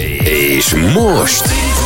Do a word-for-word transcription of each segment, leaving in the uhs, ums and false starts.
És most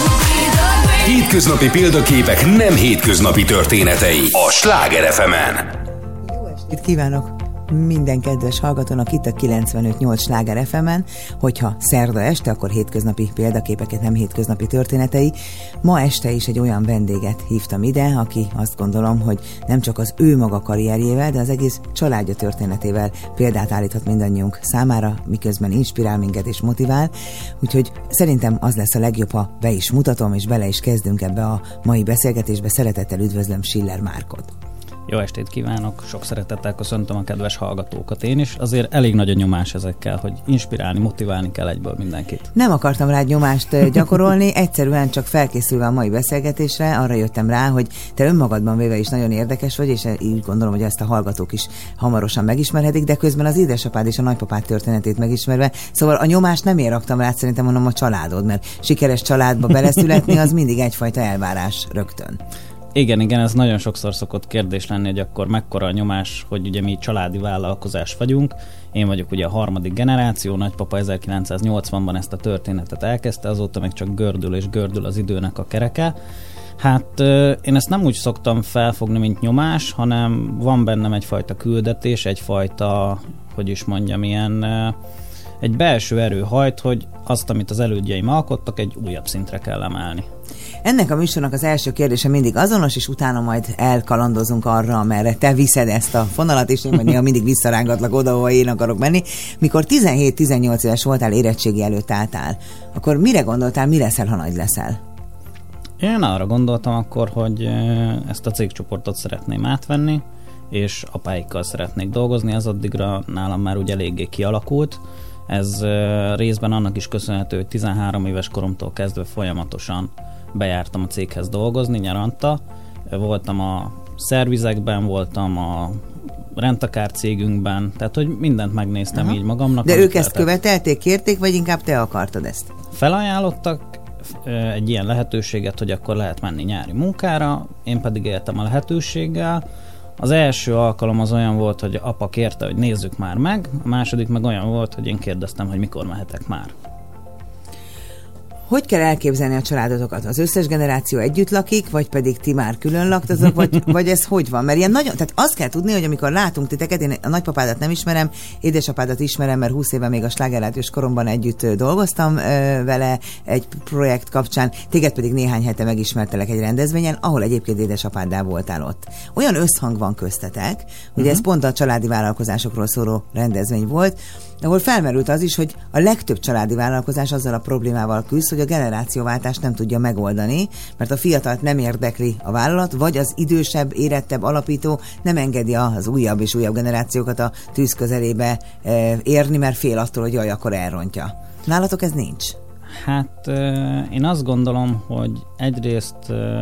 hétköznapi példaképek nem hétköznapi történetei a Sláger ef emen. Jó estét kívánok minden kedves hallgatónak itt a kilencvenöt nyolc Sláger ef emen, hogyha szerda este, akkor hétköznapi példaképeket, nem hétköznapi történetei. Ma este is egy olyan vendéget hívtam ide, aki azt gondolom, hogy nem csak az ő maga karrierjével, de az egész családja történetével példát állíthat mindannyiunk számára, miközben inspirál minket és motivál. Úgyhogy szerintem az lesz a legjobb, ha be is mutatom, és bele is kezdünk ebbe a mai beszélgetésbe. Szeretettel üdvözlöm Schiller Márkot. Jó estét kívánok, sok szeretettel köszöntöm a kedves hallgatókat én is. Azért elég nagy a nyomás ezekkel, hogy inspirálni, motiválni kell egyből mindenkit. Nem akartam rád nyomást gyakorolni, egyszerűen csak felkészülve a mai beszélgetésre arra jöttem rá, hogy te önmagadban véve is nagyon érdekes vagy, és így gondolom, hogy ezt a hallgatók is hamarosan megismerhetik, de közben az édesapád és a nagypapád történetét megismerve, szóval a nyomást nem én raktam rád, szerintem mondom a családod, mert sikeres családba beleszületni az mindig egyfajta elvárás rögtön. Igen, igen, ez nagyon sokszor szokott kérdés lenni, hogy akkor mekkora a nyomás, hogy ugye mi családi vállalkozás vagyunk. Én vagyok ugye a harmadik generáció, nagypapa ezerkilencszáznyolcvanban ezt a történetet elkezdte, azóta meg csak gördül és gördül az időnek a kereke. Hát én ezt nem úgy szoktam felfogni, mint nyomás, hanem van bennem egyfajta küldetés, egyfajta, hogy is mondjam, ilyen egy belső erő hajt, hogy azt, amit az elődjeim alkottak, egy újabb szintre kell emelni. Ennek a műsornak az első kérdése mindig azonos, és utána majd elkalandozunk arra, amerre te viszed ezt a fonalat, és én majd néha mindig visszarángatlak oda, ahol én akarok menni. Mikor tizenhét-tizennyolc éves voltál, érettségi előtt álltál, akkor mire gondoltál, mi leszel, ha nagy leszel? Én arra gondoltam akkor, hogy ezt a cégcsoportot szeretném átvenni, és apáikkal szeretnék dolgozni, az addigra nálam már úgy eléggé kialakult. Ez részben annak is köszönhető, hogy tizenhárom éves koromtól kezdve folyamatosan bejártam a céghez dolgozni nyaranta. Voltam a szervizekben, voltam a rendtakár cégünkben, tehát hogy mindent megnéztem. Aha. Így magamnak. De ők ezt követelték, kérték, vagy inkább te akartad ezt? Felajánlottak egy ilyen lehetőséget, hogy akkor lehet menni nyári munkára, én pedig éltem a lehetőséggel. Az első alkalom az olyan volt, hogy apa kérte, hogy nézzük már meg, a második meg olyan volt, hogy én kérdeztem, hogy mikor mehetek már. Hogy kell elképzelni a családotokat? Az összes generáció együtt lakik, vagy pedig ti már külön laktozok, vagy, vagy ez hogy van? Mert ilyen nagyon, tehát azt kell tudni, hogy amikor látunk titeket, én a nagypapádat nem ismerem, édesapádat ismerem, mert húsz éve még a slágerrádiós koromban együtt dolgoztam ö, vele egy projekt kapcsán, téged pedig néhány hete megismertelek egy rendezvényen, ahol egyébként édesapáddal voltál ott. Olyan összhang van köztetek, hogy uh-huh. ez pont a családi vállalkozásokról szóló rendezvény volt, ahol felmerült az is, hogy a legtöbb családi vállalkozás azzal a problémával küzd, hogy a generációváltást nem tudja megoldani, mert a fiatalt nem érdekli a vállalat, vagy az idősebb, érettebb alapító nem engedi az újabb és újabb generációkat a tűz közelébe érni, mert fél attól, hogy jaj, akkor elrontja. Nálatok ez nincs? Hát én azt gondolom, hogy egyrészt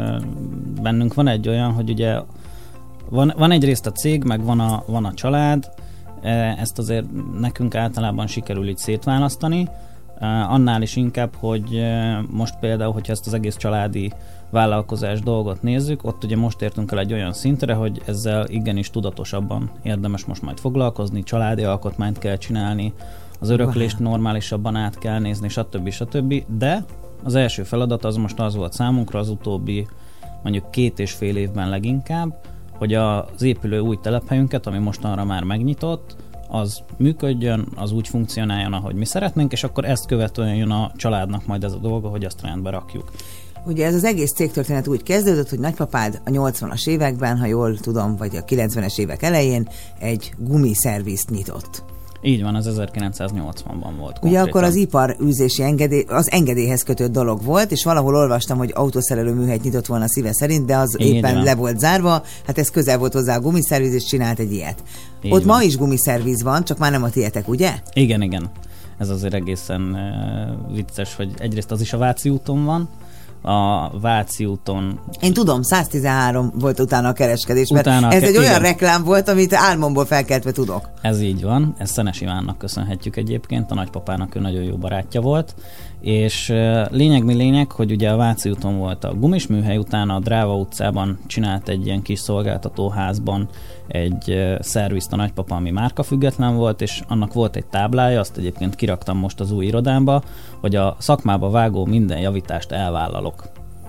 bennünk van egy olyan, hogy ugye van, van egyrészt a cég, meg van a, van a család, ezt azért nekünk általában sikerül így szétválasztani, annál is inkább, hogy most például, hogyha ezt az egész családi vállalkozás dolgot nézzük, ott ugye most értünk el egy olyan szintre, hogy ezzel igenis tudatosabban érdemes most majd foglalkozni, családi alkotmányt kell csinálni, az öröklést normálisabban át kell nézni, stb. stb. De az első feladat az most az volt számunkra az utóbbi mondjuk két és fél évben leginkább, hogy az épülő új telephelyünket, ami mostanra már megnyitott, az működjön, az úgy funkcionáljon, ahogy mi szeretnénk, és akkor ezt követően jön a családnak majd ez a dolga, hogy azt rendbe rakjuk. Ugye ez az egész cégtörténet úgy kezdődött, hogy nagypapád a nyolcvanas években, ha jól tudom, vagy a kilencvenes évek elején egy gumiszervizt nyitott. Így van, az ezerkilencszáznyolcvanban volt. Ugye konkrétan. Akkor az iparűzési engedély, az engedélyhez kötött dolog volt, és valahol olvastam, hogy autószerelő műhelyt nyitott volna szíve szerint, de az Így éppen van. Le volt zárva, hát ez közel volt hozzá a gumiszerviz, és csinált egy ilyet. Így Ott van. Ma is gumiszerviz van, csak már nem a tietek, ugye? Igen, igen. Ez azért egészen uh, vicces, hogy egyrészt az is a Váci úton van, a Váci úton. Én tudom, száztizenhárom volt utána a kereskedés, mert utána ez ke- egy olyan igen. reklám volt, amit álmomból felkeltve tudok. Ez így van, ezt Szenes Ivánnak köszönhetjük egyébként, a nagypapának ő nagyon jó barátja volt, és lényeg mi lényeg, hogy ugye a Váci úton volt a gumisműhely, utána a Dráva utcában csinált egy ilyen kis szolgáltatóházban egy szervizt a nagypapa, ami márkafüggetlen volt, és annak volt egy táblája, azt egyébként kiraktam most az új irodámba, hogy a szakmába vágó minden javítást elvállalok.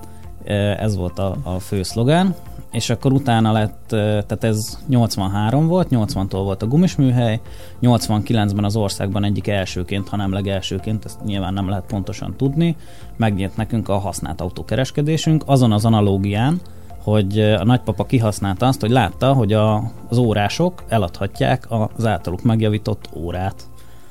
Ez volt a, a fő szlogán, és akkor utána lett, tehát ez nyolcvanhárom volt, nyolcvantól volt a gumisműhely, nyolcvankilencben az országban egyik elsőként, ha nem legelsőként, ezt nyilván nem lehet pontosan tudni, megnyílt nekünk a használt autókereskedésünk, azon az analógián, hogy a nagypapa kihasználta azt, hogy látta, hogy a, az órások eladhatják az általuk megjavított órát.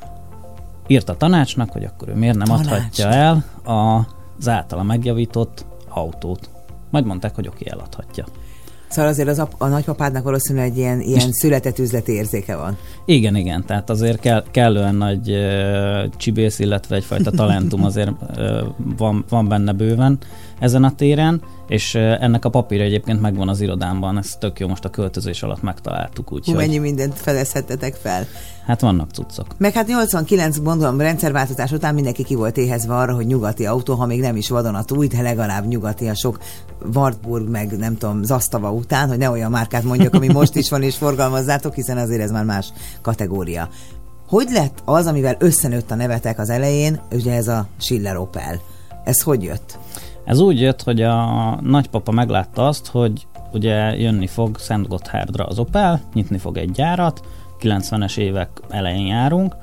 Írt a tanácsnak, hogy akkor ő miért nem Tanács. adhatja el az általa megjavított autót. Majd mondták, hogy oké, eladhatja. Szóval azért az ap- a nagypapádnak valószínűleg egy ilyen, ilyen született üzleti érzéke van. Igen, igen, tehát azért kell, kellően nagy uh, csibész, illetve egyfajta talentum azért uh, van, van benne bőven ezen a téren, és uh, ennek a papírja egyébként megvan az irodámban, ez tök jó, most a költözés alatt megtaláltuk. Úgy, Hú, hogy... mennyi mindent fedezhettetek fel. Hát vannak cuccok. Meg hát nyolcvankilenc, gondolom, rendszerváltozás után mindenki ki volt éhezve arra, hogy nyugati autó, ha még nem is vadonatúj, de legalább nyugati, a sok Wartburg, meg nem tudom, Zastava után, hogy ne olyan márkát mondjak, ami most is van és forgalmazzátok, hiszen azért ez már más kategória. Hogy lett az, amivel összenőtt a nevetek az elején, ugye ez a Schiller Opel? Ez hogy jött? Ez úgy jött, hogy a nagypapa meglátta azt, hogy ugye jönni fog Szentgotthárdra az Opel, nyitni fog egy gyárat, kilencvenes évek elején járunk,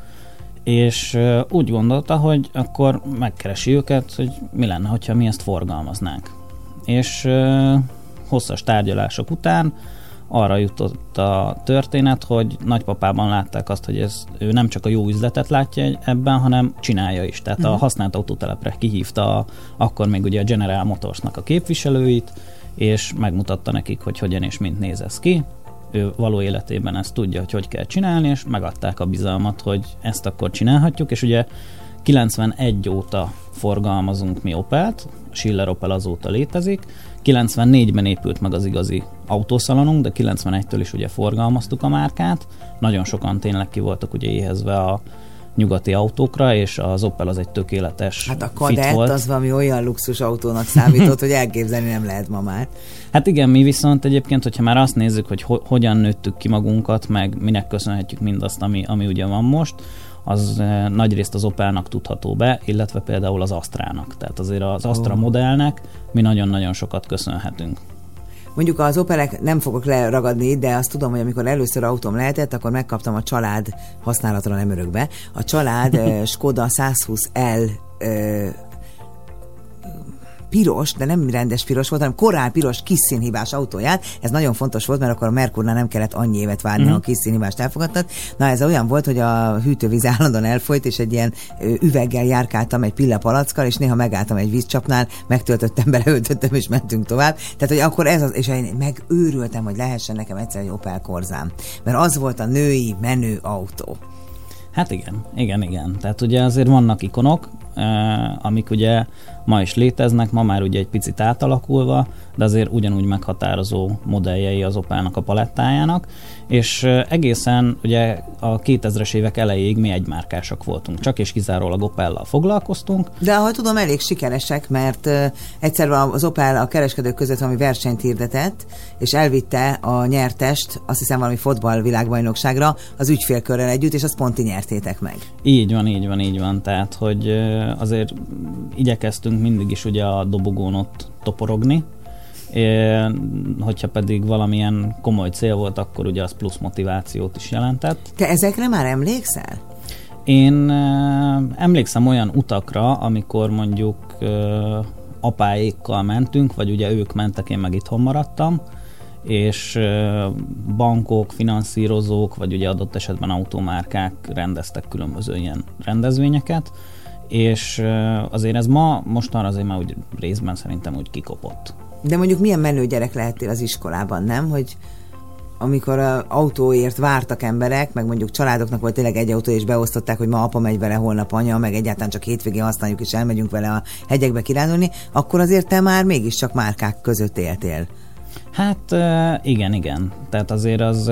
és úgy gondolta, hogy akkor megkeresi őket, hogy mi lenne, hogyha mi ezt forgalmaznánk. És hosszas tárgyalások után arra jutott a történet, hogy nagypapában látták azt, hogy ez, ő nem csak a jó üzletet látja ebben, hanem csinálja is. Tehát uh-huh. a használt autótelepre kihívta a, akkor még ugye a General Motorsnak a képviselőit, és megmutatta nekik, hogy hogyan és mint néz ez ki. Ő való életében ezt tudja, hogy hogy kell csinálni, és megadták a bizalmat, hogy ezt akkor csinálhatjuk, és ugye kilencvenegy óta forgalmazunk mi Opelt, Schiller Opel azóta létezik, kilencvennégyben épült meg az igazi autószalonunk, de kilencvenegytől is ugye forgalmaztuk a márkát, nagyon sokan tényleg ki voltak ugye éhezve a nyugati autókra, és az Opel az egy tökéletes Hát a fit Kadett volt. az valami olyan luxus autónak számított, hogy elképzelni nem lehet ma már. Hát igen, mi viszont egyébként, hogyha már azt nézzük, hogy ho- hogyan nőttük ki magunkat, meg minek köszönhetjük mindazt, ami, ami ugye van most, az eh, nagyrészt az Opelnak tudható be, illetve például az Astrának. Tehát azért az Astra oh. modellnek mi nagyon-nagyon sokat köszönhetünk. Mondjuk az Opelek nem fogok leragadni, de azt tudom, hogy amikor először autóm lehetett, akkor megkaptam a család, használatra nem örök be, a család uh, Skoda száz húsz el uh, piros, de nem rendes piros volt, hanem korál piros kis színhibás autóját. Ez nagyon fontos volt, mert akkor a Merkurnál nem kellett annyi évet várni, mm-hmm. ha a kis színhibást elfogadtad. Na ez olyan volt, hogy a hűtővíz állandóan elfolyt, és egy ilyen üveggel járkáltam egy pillapalackkal, és néha megálltam egy vízcsapnál, megtöltöttem, beleöltöttem, és mentünk tovább. Tehát, hogy akkor ez az, és én megőrültem, hogy lehessen nekem egyszer egy Opel Corzám. Mert az volt a női menő autó. Hát igen, igen, igen. Tehát ugye azért vannak ikonok, eh, amik ugye ma is léteznek, ma már ugye egy picit átalakulva, de azért ugyanúgy meghatározó modelljei az Opelnak a palettájának, és eh, egészen ugye a kétezres évek elejéig mi egymárkásak voltunk, csak és kizárólag Opellal foglalkoztunk. De ahogy tudom, elég sikeresek, mert uh, egyszer az Opel a kereskedők között valami versenyt hirdetett, és elvitte a nyertest, azt hiszem valami fotball világbajnokságra az ügyfélkörrel együtt, és azt pont ti nyertétek meg. Így van, így van, így van. Tehát, hogy uh, azért igyekeztünk mindig is ugye a dobogón ott toporogni, É, hogyha pedig valamilyen komoly cél volt, akkor ugye az plusz motivációt is jelentett. Te ezekre már emlékszel? Én uh, emlékszem olyan utakra, amikor mondjuk uh, apáékkal mentünk, vagy ugye ők mentek, én meg itthon maradtam, és uh, bankok, finanszírozók, vagy ugye adott esetben automárkák rendeztek különböző ilyen rendezvényeket, és uh, azért ez ma, mostanra azért már úgy részben szerintem úgy kikopott. De mondjuk milyen menő gyerek lehettél az iskolában, nem? Hogy amikor a autóért vártak emberek, meg mondjuk családoknak volt tényleg egy autó, és beosztották, hogy ma apa megy vele, holnap anya, meg egyáltalán csak hétvégén használjuk, és elmegyünk vele a hegyekbe kirándulni, akkor azért te már mégiscsak márkák között éltél. Hát igen, igen. Tehát azért az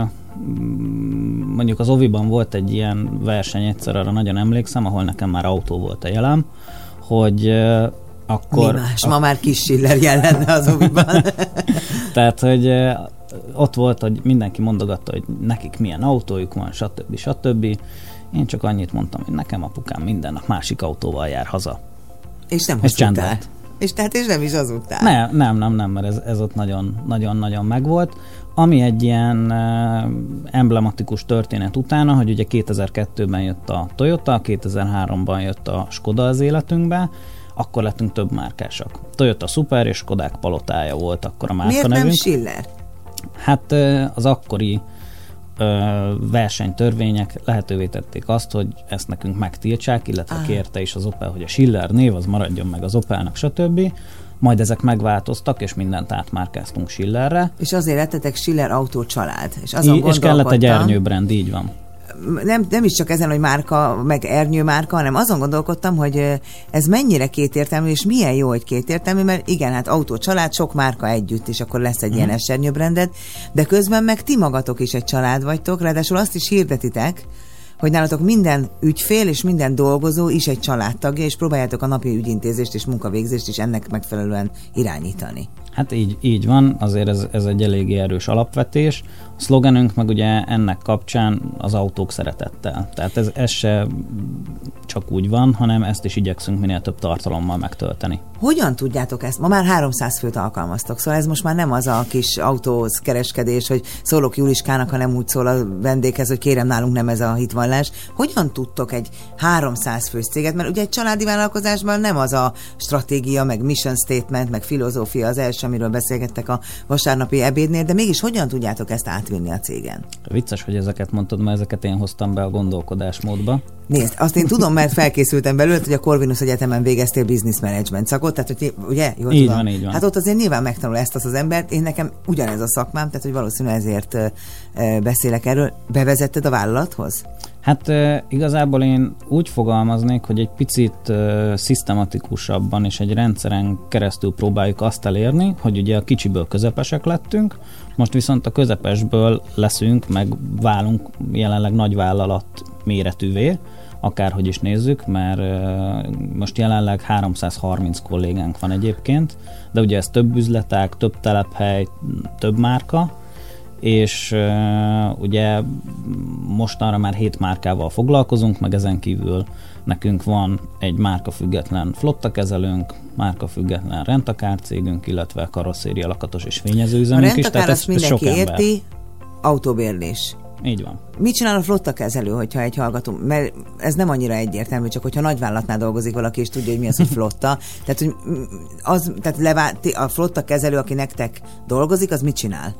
mondjuk az oviban volt egy ilyen verseny egyszer, arra nagyon emlékszem, ahol nekem már autó volt a jelem, hogy akkor... Mi más? Ma már kis Schiller jel lenne az oviban. Tehát, hogy ott volt, hogy mindenki mondogatta, hogy nekik milyen autójuk van, stb. stb. Én csak annyit mondtam, hogy nekem apukám minden nap másik autóval jár haza. És nem hazudtál. És tehát és nem is hazudtál. Nem, nem, nem, nem, mert ez, ez ott nagyon-nagyon megvolt. Ami egy ilyen uh, emblematikus történet utána, hogy ugye kétezer-kettőben jött a Toyota, kétezer-háromban jött a Skoda az életünkbe, akkor lettünk több márkásak. Toyota Super és Skodák palotája volt akkor a márkanevünk. Miért nem Schiller? Hát uh, az akkori uh, versenytörvények lehetővé tették azt, hogy ezt nekünk megtiltsák, illetve ah. kérte is az Opel, hogy a Schiller név az maradjon meg az Opelnak, stb. Majd ezek megváltoztak, és mindent átmárkáztunk Schillerre. És azért lettetek Schiller autó család. És, azon I- és kellett egy ernyőbrand, így van. Nem, nem is csak ezen, hogy márka, meg ernyő márka, hanem azon gondolkodtam, hogy ez mennyire kétértelmű, és milyen jó, hogy kétértelmű, mert igen, hát autó család, sok márka együtt, és akkor lesz egy hmm. ilyen esernyőbrandet, de közben meg ti magatok is egy család vagytok, ráadásul azt is hirdetitek, hogy nálatok minden ügyfél és minden dolgozó is egy családtagja, és próbáljátok a napi ügyintézést és munkavégzést is ennek megfelelően irányítani. Hát így, így van, azért ez, ez egy eléggé erős alapvetés. A szlogenünk meg ugye ennek kapcsán az autók szeretettel. Tehát ez, ez se csak úgy van, hanem ezt is igyekszünk minél több tartalommal megtölteni. Hogyan tudjátok ezt? Ma már háromszáz főt alkalmaztok, szóval ez most már nem az a kis autókereskedés, hogy szólok Juliskának, hanem úgy szól a vendéghez, hogy kérem, nálunk nem ez a hitvallás. Hogyan tudtok egy háromszáz fős céget, mert ugye egy családi vállalkozásban nem az a stratégia, meg mission statement, meg filozófia az első, amiről beszélgettek a vasárnapi ebédnél, de mégis hogyan tudjátok ezt átvinni a cégen? Vicces, hogy ezeket mondtad, mert ezeket én hoztam be a gondolkodásmódba. Nézd, azt én tudom, mert felkészültem belőle, hogy a Corvinus Egyetemen végeztél business management szakot, tehát hogy ugye? Jól így tudom. van, így van. Hát ott azért nyilván megtanul ezt az, az embert, én nekem ugyanez a szakmám, tehát hogy valószínűleg ezért uh, beszélek erről. Bevezetted a vállalathoz? Hát uh, igazából én úgy fogalmaznék, hogy egy picit uh, szisztematikusabban és egy rendszeren keresztül próbáljuk azt elérni, hogy ugye a kicsiből közepesek lettünk, most viszont a közepesből leszünk, meg válunk jelenleg nagyvállalat méretűvé, akárhogy is nézzük, mert uh, most jelenleg háromszázharminc kollégánk van egyébként, de ugye ez több üzletág, több telephely, több márka, és uh, ugye mostanra már hét márkával foglalkozunk, meg ezen kívül nekünk van egy márkafüggetlen flottakezelőnk, márkafüggetlen rentakár cégünk, illetve karosszéria lakatos és fényezőüzemünk is. A rentakár azt mindenki érti, autóbérlés. Így van. Mit csinál a flottakezelő, hogyha egy hallgató, mert ez nem annyira egyértelmű, csak hogyha nagyvállalatnál dolgozik valaki, és tudja, hogy mi az, hogy flotta. Tehát, hogy az, tehát levá, a flottakezelő, aki nektek dolgozik, az mit csinál?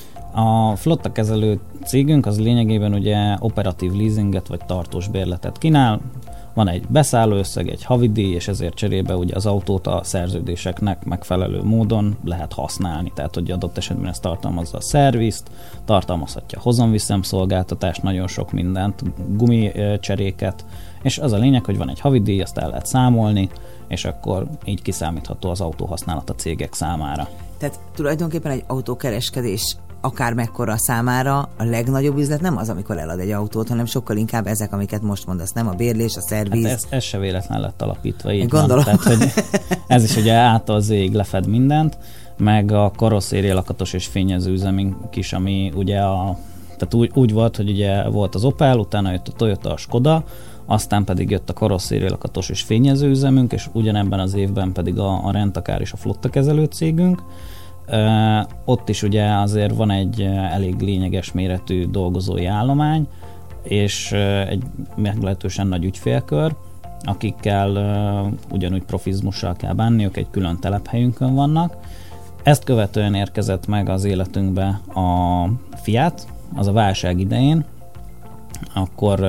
A flottakezelő cégünk az lényegében ugye operatív leasinget vagy tartós bérletet kínál. Van egy beszállóösszeg, egy havidíj, és ezért cserébe ugye az autót a szerződéseknek megfelelő módon lehet használni. Tehát, hogy adott esetben ez tartalmazza a szervizt, tartalmazhatja hozam-viszem szolgáltatást, nagyon sok mindent, gumicseréket, és az a lényeg, hogy van egy havidíj, azt el lehet számolni, és akkor így kiszámítható az autóhasználat a cégek számára. Tehát tulajdonképpen egy autókereskedés akár mekkora számára a legnagyobb üzlet nem az, amikor elad egy autót, hanem sokkal inkább ezek, amiket most mondasz, nem a bérlés, a szerviz. Hát ez, ez se véletlen lett alapítva, így gondolom. van. Tehát, hogy ez is ugye által zég lefed mindent, meg a karosszéria lakatos és fényezőüzemünk is, ami ugye a, tehát úgy, úgy volt, hogy ugye volt az Opel, utána jött a Toyota, a Skoda, aztán pedig jött a karosszéria lakatos és fényezőüzemünk, és ugyanebben az évben pedig a, a rentakár és a flottakezelő cégünk. Uh, ott is ugye azért van egy uh, elég lényeges méretű dolgozói állomány, és uh, egy meglehetősen nagy ügyfélkör, akikkel uh, ugyanúgy profizmussal kell bánniuk, egy külön telephelyünkön vannak. Ezt követően érkezett meg az életünkbe a Fiat, az a válság idején, akkor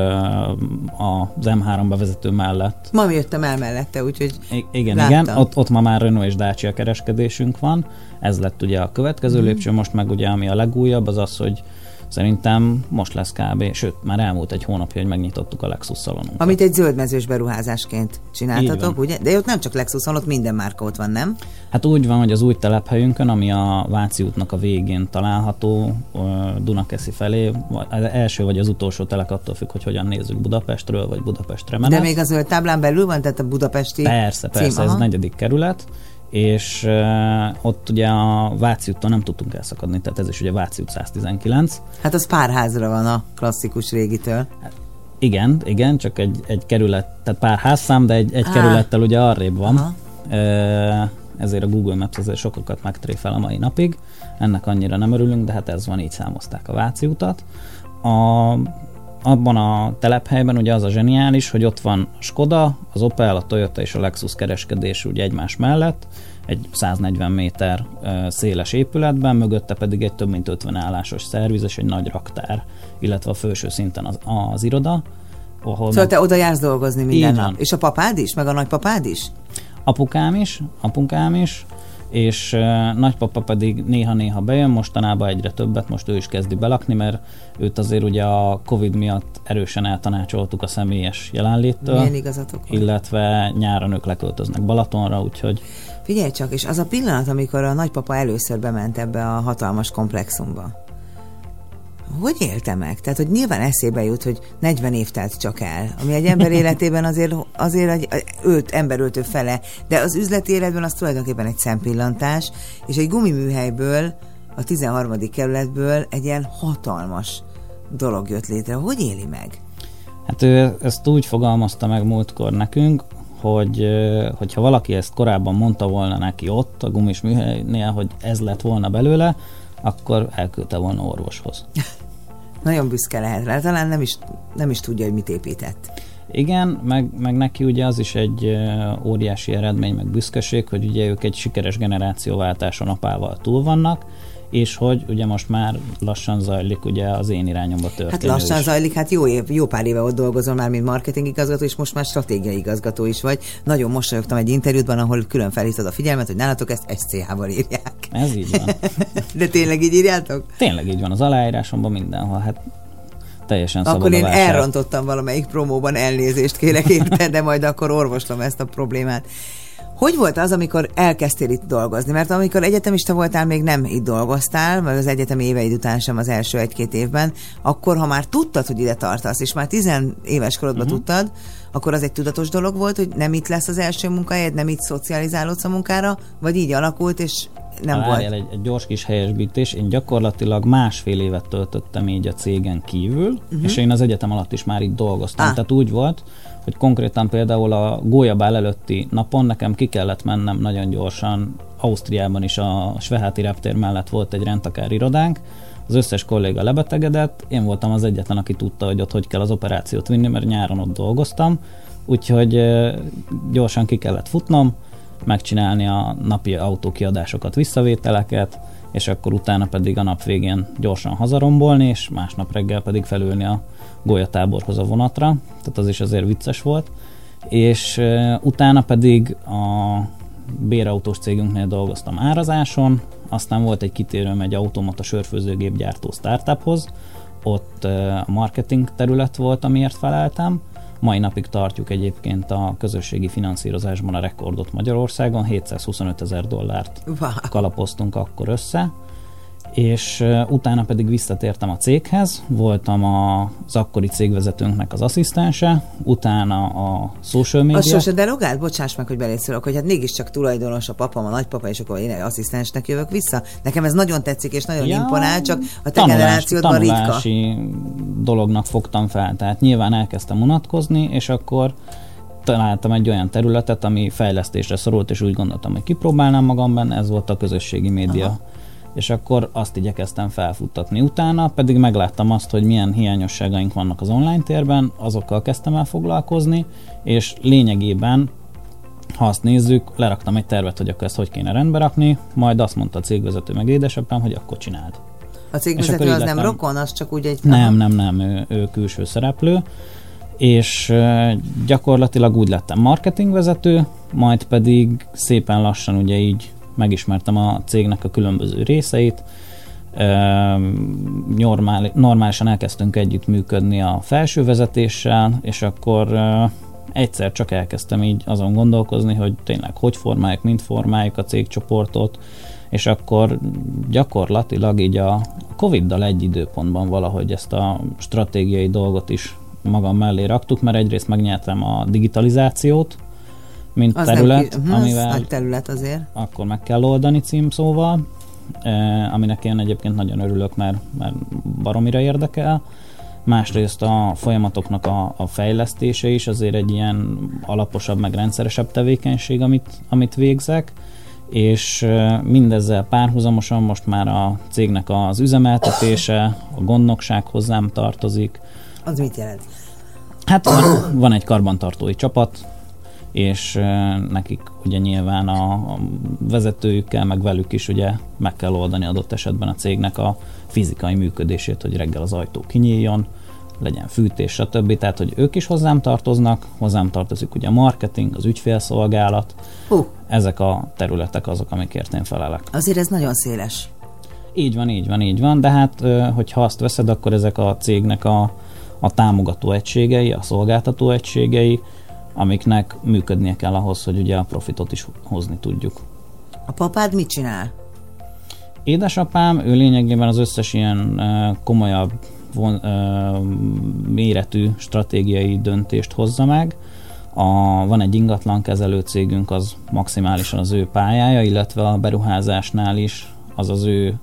az em három bevezető mellett. Ma jöttem el mellette, úgyhogy I- Igen, láttam. igen, ott, ott ma már Renault és Dacia kereskedésünk van. Ez lett ugye a következő mm. lépcső, most meg ugye ami a legújabb, az az, hogy szerintem most lesz kb. Sőt, már elmúlt egy hónapja, hogy megnyitottuk a Lexus szalonunkat. Amit egy zöldmezős beruházásként csináltatok, ugye? De ott nem csak Lexus van, ott minden márka ott van, nem? Hát úgy van, hogy az új telephelyünkön, ami a Váci útnak a végén található, Dunakeszi felé, az első vagy az utolsó telek attól függ, hogy hogyan nézzük Budapestről, vagy Budapestre menet. De még a zöld táblán belül van, tehát a budapesti Persze, persze, cím, ez negyedik kerület, és uh, ott ugye a Váci úton nem tudtunk elszakadni, tehát ez is ugye Váci út száztizenkilenc. Hát az pár házra van a klasszikus régitől. Igen, igen, csak egy, egy kerület, tehát pár házszám, de egy, egy kerülettel ugye arrébb van. Uh, ezért a Google Maps azért sokakat megtréfel a mai napig. Ennek annyira nem örülünk, de hát ez van, így számozták a Váci utat. A, abban a telephelyben ugye az a zseniális, hogy ott van a Skoda, az Opel, a Toyota és a Lexus kereskedés ugye egymás mellett, egy száznegyven méter uh, széles épületben, mögötte pedig egy több mint ötven állásos szerviz és egy nagy raktár, illetve a felső szinten az, az iroda. Ahol szóval te oda jársz dolgozni minden nap. Van. És a papád is? Meg a nagypapád is? Apukám is, apukám is, és uh, nagypapa pedig néha-néha bejön, mostanában egyre többet, most ő is kezdi belakni, mert őt azért ugye a Covid miatt erősen eltanácsoltuk a személyes jelenléttől. Milyen igazatok van? Illetve nyáron ők leköltöznek Balatonra, úgyhogy... Figyelj csak, és az a pillanat, amikor a nagypapa először bement ebbe a hatalmas komplexumba. Hogy élte meg? Tehát, hogy nyilván eszébe jut, hogy negyven év telt csak el, ami egy ember életében azért, azért egy ölt, emberöltő fele, de az üzleti életben az tulajdonképpen egy szempillantás, és egy gumiműhelyből, a tizenharmadik kerületből egy ilyen hatalmas dolog jött létre. Hogy éli meg? Hát ő ezt úgy fogalmazta meg múltkor nekünk, hogy hogyha valaki ezt korábban mondta volna neki ott, a gumis műhelynél, hogy ez lett volna belőle, akkor elküldte volna orvoshoz. Nagyon büszke lehet rá, talán nem is, nem is tudja, hogy mit épített. Igen, meg, meg neki ugye az is egy óriási eredmény, meg büszkeség, hogy ugye ők egy sikeres generációváltáson apával túl vannak, és hogy ugye most már lassan zajlik ugye az én irányomba történő. Hát lassan is. zajlik, hát jó, év, jó pár éve ott dolgozol már, mint marketing igazgató, és most már stratégiai igazgató is vagy. Nagyon mosolyogtam egy interjútban, ahol külön felhívtad a figyelmet, hogy nálatok ezt es cé há-val írják. Ez így van. De tényleg így írjátok? Tényleg így van, az aláírásomban mindenhol, hát teljesen szabad akkor a én vásár. elrontottam valamelyik promóban, elnézést kérek érte, de majd akkor orvoslom ezt a problémát. Hogy volt az, amikor elkezdtél itt dolgozni? Mert amikor egyetemista voltál, még nem itt dolgoztál, vagy az egyetemi éveid után sem az első egy-két évben, akkor ha már tudtad, hogy ide tartasz, és már tizenéves korodban uh-huh. tudtad, akkor az egy tudatos dolog volt, hogy nem itt lesz az első munkahelyed, nem itt szocializálódsz a munkára, vagy így alakult, és nem ha volt? Egy, egy gyors kis helyesbítés. Én gyakorlatilag másfél évet töltöttem így a cégen kívül, uh-huh. és én az egyetem alatt is már itt dolgoztam. Ah. Tehát úgy volt, hogy konkrétan például a gólyabál előtti napon nekem ki kellett mennem nagyon gyorsan. Ausztriában is a Sveháti reptér mellett volt egy rendtakár irodánk, az összes kolléga lebetegedett, én voltam az egyetlen, aki tudta, hogy ott hogy kell az operációt vinni, mert nyáron ott dolgoztam, úgyhogy gyorsan ki kellett futnom, megcsinálni a napi autókiadásokat, visszavételeket, és akkor utána pedig a nap végén gyorsan hazarombolni, és másnap reggel pedig felülni a golyatáborhoz a vonatra, tehát az is azért vicces volt, és uh, utána pedig a bérautós cégünknél dolgoztam árazáson, aztán volt egy kitérőm egy automata sörfőzőgép gyártó startuphoz, ott uh, a marketing terület volt, amiért feleltem. Mai napig tartjuk egyébként a közösségi finanszírozásban a rekordot Magyarországon, hétszázhuszonötezer dollárt wow. kalapoztunk akkor össze, és uh, utána pedig visszatértem a céghez, voltam a, az akkori cégvezetőnknek az asszisztense, utána a social media. Az sose derogált? Bocsáss meg, hogy belétszülök, hogy hát mégiscsak tulajdonos a papam, a nagypapa, és akkor én asszisztensnek jövök vissza. Nekem ez nagyon tetszik, és nagyon ja, imponál, csak a te tanulás, generációdban ritka. Tanulási dolognak fogtam fel, tehát nyilván elkezdtem unatkozni, és akkor találtam egy olyan területet, ami fejlesztésre szorult, és úgy gondoltam, hogy kipróbálnám magam benne, ez volt a közösségi média. Aha. És akkor azt igyekeztem felfuttatni. Utána pedig megláttam azt, hogy milyen hiányosságaink vannak az online térben, azokkal kezdtem el foglalkozni, és lényegében, ha azt nézzük, leraktam egy tervet, hogy akkor ezt hogy kéne rendbe rakni, majd azt mondta a cégvezető meg édesapám, hogy akkor csináld. A cégvezető az lettem... nem rokon, az csak úgy egy... Nem, nem, nem, ő, ő külső szereplő, és gyakorlatilag úgy lettem marketingvezető, majd pedig szépen lassan ugye így megismertem a cégnek a különböző részeit, Normál, normálisan elkezdtünk együtt működni a felső vezetéssel, és akkor egyszer csak elkezdtem így azon gondolkozni, hogy tényleg hogy formáljuk, mint formáljuk a cégcsoportot, és akkor gyakorlatilag így a Coviddal egy időpontban valahogy ezt a stratégiai dolgot is magam mellé raktuk, mert egyrészt megnyertem a digitalizációt, mint az terület, nem, amivel az nagy terület azért. Akkor meg kell oldani címszóval, eh, aminek én egyébként nagyon örülök, mert, mert baromira érdekel. Másrészt a folyamatoknak a, a fejlesztése is azért egy ilyen alaposabb, meg rendszeresebb tevékenység, amit, amit végzek, és eh, mindezzel párhuzamosan most már a cégnek az üzemeltetése, a gondnokság hozzám tartozik. Az mit jelent? Hát van, van egy karbantartói csapat, és nekik ugye nyilván a, a vezetőjükkel, meg velük is ugye meg kell oldani adott esetben a cégnek a fizikai működését, hogy reggel az ajtó kinyíljon, legyen fűtés, stb. Tehát, hogy ők is hozzám tartoznak, hozzám tartozik ugye a marketing, az ügyfélszolgálat, uh. ezek a területek azok, amikért én felelek. Azért ez nagyon széles. Így van, így van, így van, de hát, hogyha azt veszed, akkor ezek a cégnek a, a támogató egységei, a szolgáltató egységei, amiknek működnie kell ahhoz, hogy ugye a profitot is hozni tudjuk. A papád mit csinál? Édesapám, ő lényegében az összes ilyen uh, komolyabb von, uh, méretű stratégiai döntést hozza meg. A, van egy ingatlankezelő cégünk, az maximálisan az ő pályája, illetve a beruházásnál is az az ő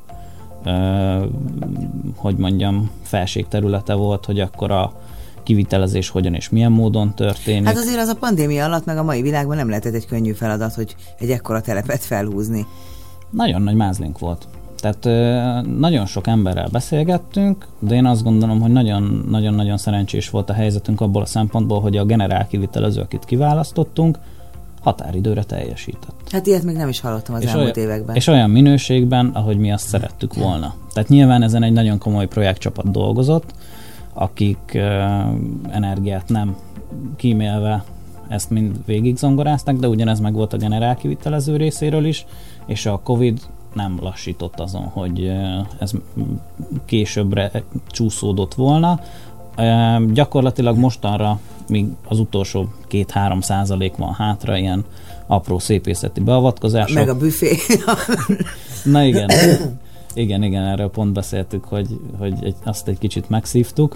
uh, hogy mondjam, felségterülete volt, hogy akkor a kivitelezés hogyan és milyen módon történik. Hát azért az a pandémia alatt, meg a mai világban nem lehetett egy könnyű feladat, hogy egy ekkora telepet felhúzni. Nagyon nagy mázlink volt. Tehát nagyon sok emberrel beszélgettünk, de én azt gondolom, hogy nagyon-nagyon szerencsés volt a helyzetünk abból a szempontból, hogy a generál kivitelező, akit kiválasztottunk, határidőre teljesített. Hát ilyet még nem is hallottam az és elmúlt olyan, években. És olyan minőségben, ahogy mi azt szerettük volna. Tehát nyilván ezen egy nagyon komoly projektcsapat dolgozott, akik uh, energiát nem kímélve ezt mind végig zongoráztak, de ugyanez meg volt a generál kivitelező részéről is, és a Covid nem lassított azon, hogy uh, ez későbbre csúszódott volna. Uh, gyakorlatilag mostanra még az utolsó két-három százalék van hátra, ilyen apró szépészeti beavatkozások. Meg a büfé. Na igen. Igen, igen, erről pont beszéltük, hogy, hogy egy, azt egy kicsit megszívtuk,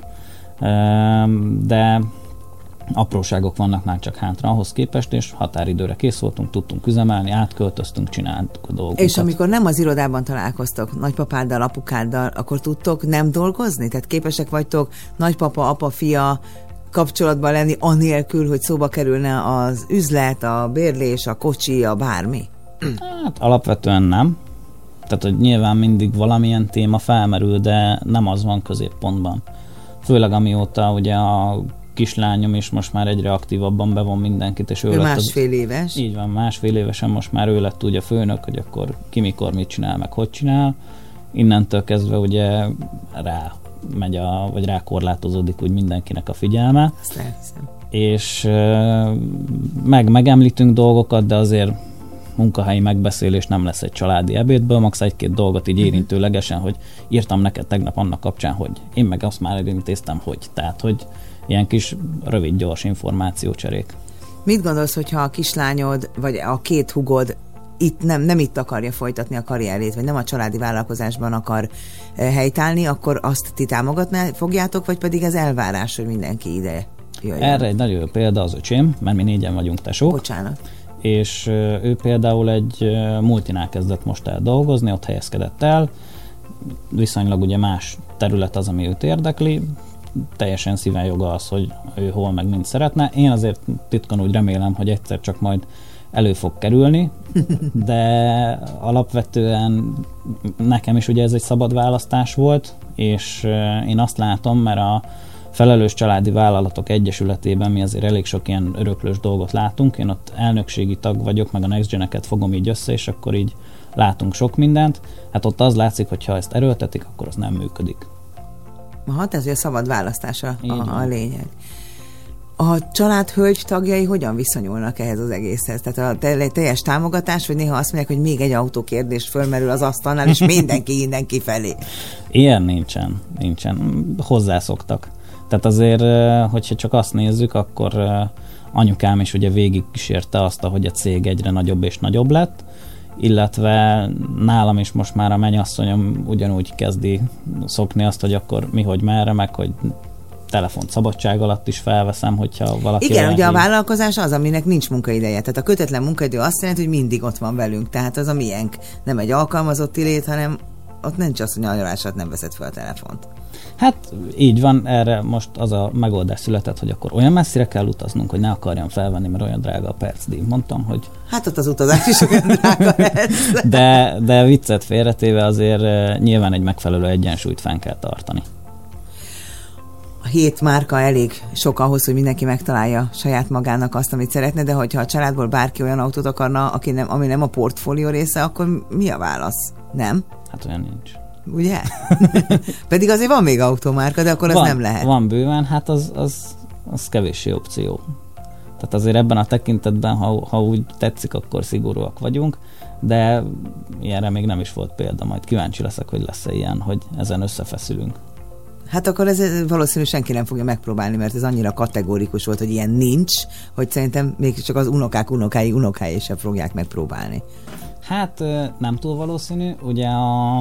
de apróságok vannak már csak hátra ahhoz képest, és határidőre kész voltunk, tudtunk üzemelni, átköltöztünk, csináltuk a dolgokat. És amikor nem az irodában találkoztok nagypapáddal, apukáddal, akkor tudtok nem dolgozni? Tehát képesek vagytok nagypapa, apa, fia kapcsolatban lenni, anélkül, hogy szóba kerülne az üzlet, a bérlés, a kocsi, a bármi? Hát alapvetően nem. Tehát, hogy nyilván mindig valamilyen téma felmerül, de nem az van középpontban. Főleg amióta ugye a kislányom is most már egyre aktívabban bevon mindenkit, és ő, ő lett másfél az, éves. Így van, másfél évesen most már ő lett ugye főnök, hogy akkor ki mikor mit csinál, meg hogy csinál. Innentől kezdve ugye rá megy a, vagy rá korlátozódik úgy mindenkinek a figyelme. Azt elhiszem. És meg megemlítünk dolgokat, de azért munkahelyi megbeszélés nem lesz egy családi ebédből, max egy-két dolgot így érintőlegesen, hogy írtam neked tegnap annak kapcsán, hogy én meg azt már elintéztem, hogy. Tehát, hogy ilyen kis rövid, gyors információcserék. Mit gondolsz, hogyha a kislányod, vagy a két hugod itt nem, nem itt akarja folytatni a karrierét, vagy nem a családi vállalkozásban akar helytállni, akkor azt ti támogatni fogjátok, vagy pedig ez elvárás, hogy mindenki ide jöjjön? Erre egy nagyon jó példa az öcsém, mert mi négyen vagyunk tesók. Bocsánat. És ő például egy multinál kezdett most el dolgozni, ott helyezkedett el, viszonylag ugye más terület az, ami őt érdekli, teljesen szíven joga az, hogy ő hol meg mind szeretne. Én azért titkon úgy remélem, hogy egyszer csak majd elő fog kerülni, de alapvetően nekem is ugye ez egy szabad választás volt, és én azt látom, mert a Felelős Családi Vállalatok Egyesületében mi azért elég sok ilyen öröklős dolgot látunk. Én ott elnökségi tag vagyok, meg a Next Gen-eket fogom így össze, és akkor így látunk sok mindent. Hát ott az látszik, hogy ha ezt erőltetik, akkor az nem működik. Aha, ez a szabad választása a, a lényeg. A család hölgy tagjai hogyan viszonyulnak ehhez az egészhez? Tehát a teljes támogatás, vagy néha azt mondják, hogy még egy autókérdés fölmerül az asztalnál, és mindenki innen kifelé. Ilyen nincsen, nincsen. Hozzászoktak. Tehát azért, hogyha csak azt nézzük, akkor anyukám is ugye végig kísérte azt, hogy a cég egyre nagyobb és nagyobb lett, illetve nálam is most már a mennyasszonyom ugyanúgy kezdi szokni azt, hogy akkor mi, hogy merre, meg hogy telefont szabadság alatt is felveszem, hogyha valaki... Igen, ugye a vállalkozás az, aminek nincs munkaideje. Tehát a kötetlen munkaidő azt jelenti, hogy mindig ott van velünk. Tehát az a miénk. Nem egy alkalmazotti lét, hanem ott nincs az, hogy nyaralását nem veszed fel a telefont. Hát így van, erre most az a megoldás született, hogy akkor olyan messzire kell utaznunk, hogy ne akarjam felvenni, mert olyan drága a percdíj. Mondtam, hogy... Hát ott az utazás is olyan drága lesz. de, de viccet félretéve azért nyilván egy megfelelő egyensúlyt fenn kell tartani. A hét márka elég sok ahhoz, hogy mindenki megtalálja saját magának azt, amit szeretne, de hogyha a családból bárki olyan autót akarna, aki nem, ami nem a portfólió része, akkor mi a válasz? Nem? Hát olyan nincs. Ugye? Pedig azért van még automárka, de akkor van, az nem lehet. Van bőven, hát az, az, az kevéssé opció. Tehát azért ebben a tekintetben, ha, ha úgy tetszik, akkor szigorúak vagyunk, de ilyenre még nem is volt példa, majd kíváncsi leszek, hogy lesz-e ilyen, hogy ezen összefeszülünk. Hát akkor ez valószínűleg senki nem fogja megpróbálni, mert ez annyira kategórikus volt, hogy ilyen nincs, hogy szerintem még csak az unokák unokái unokái sem fogják megpróbálni. Hát nem túl valószínű, ugye a,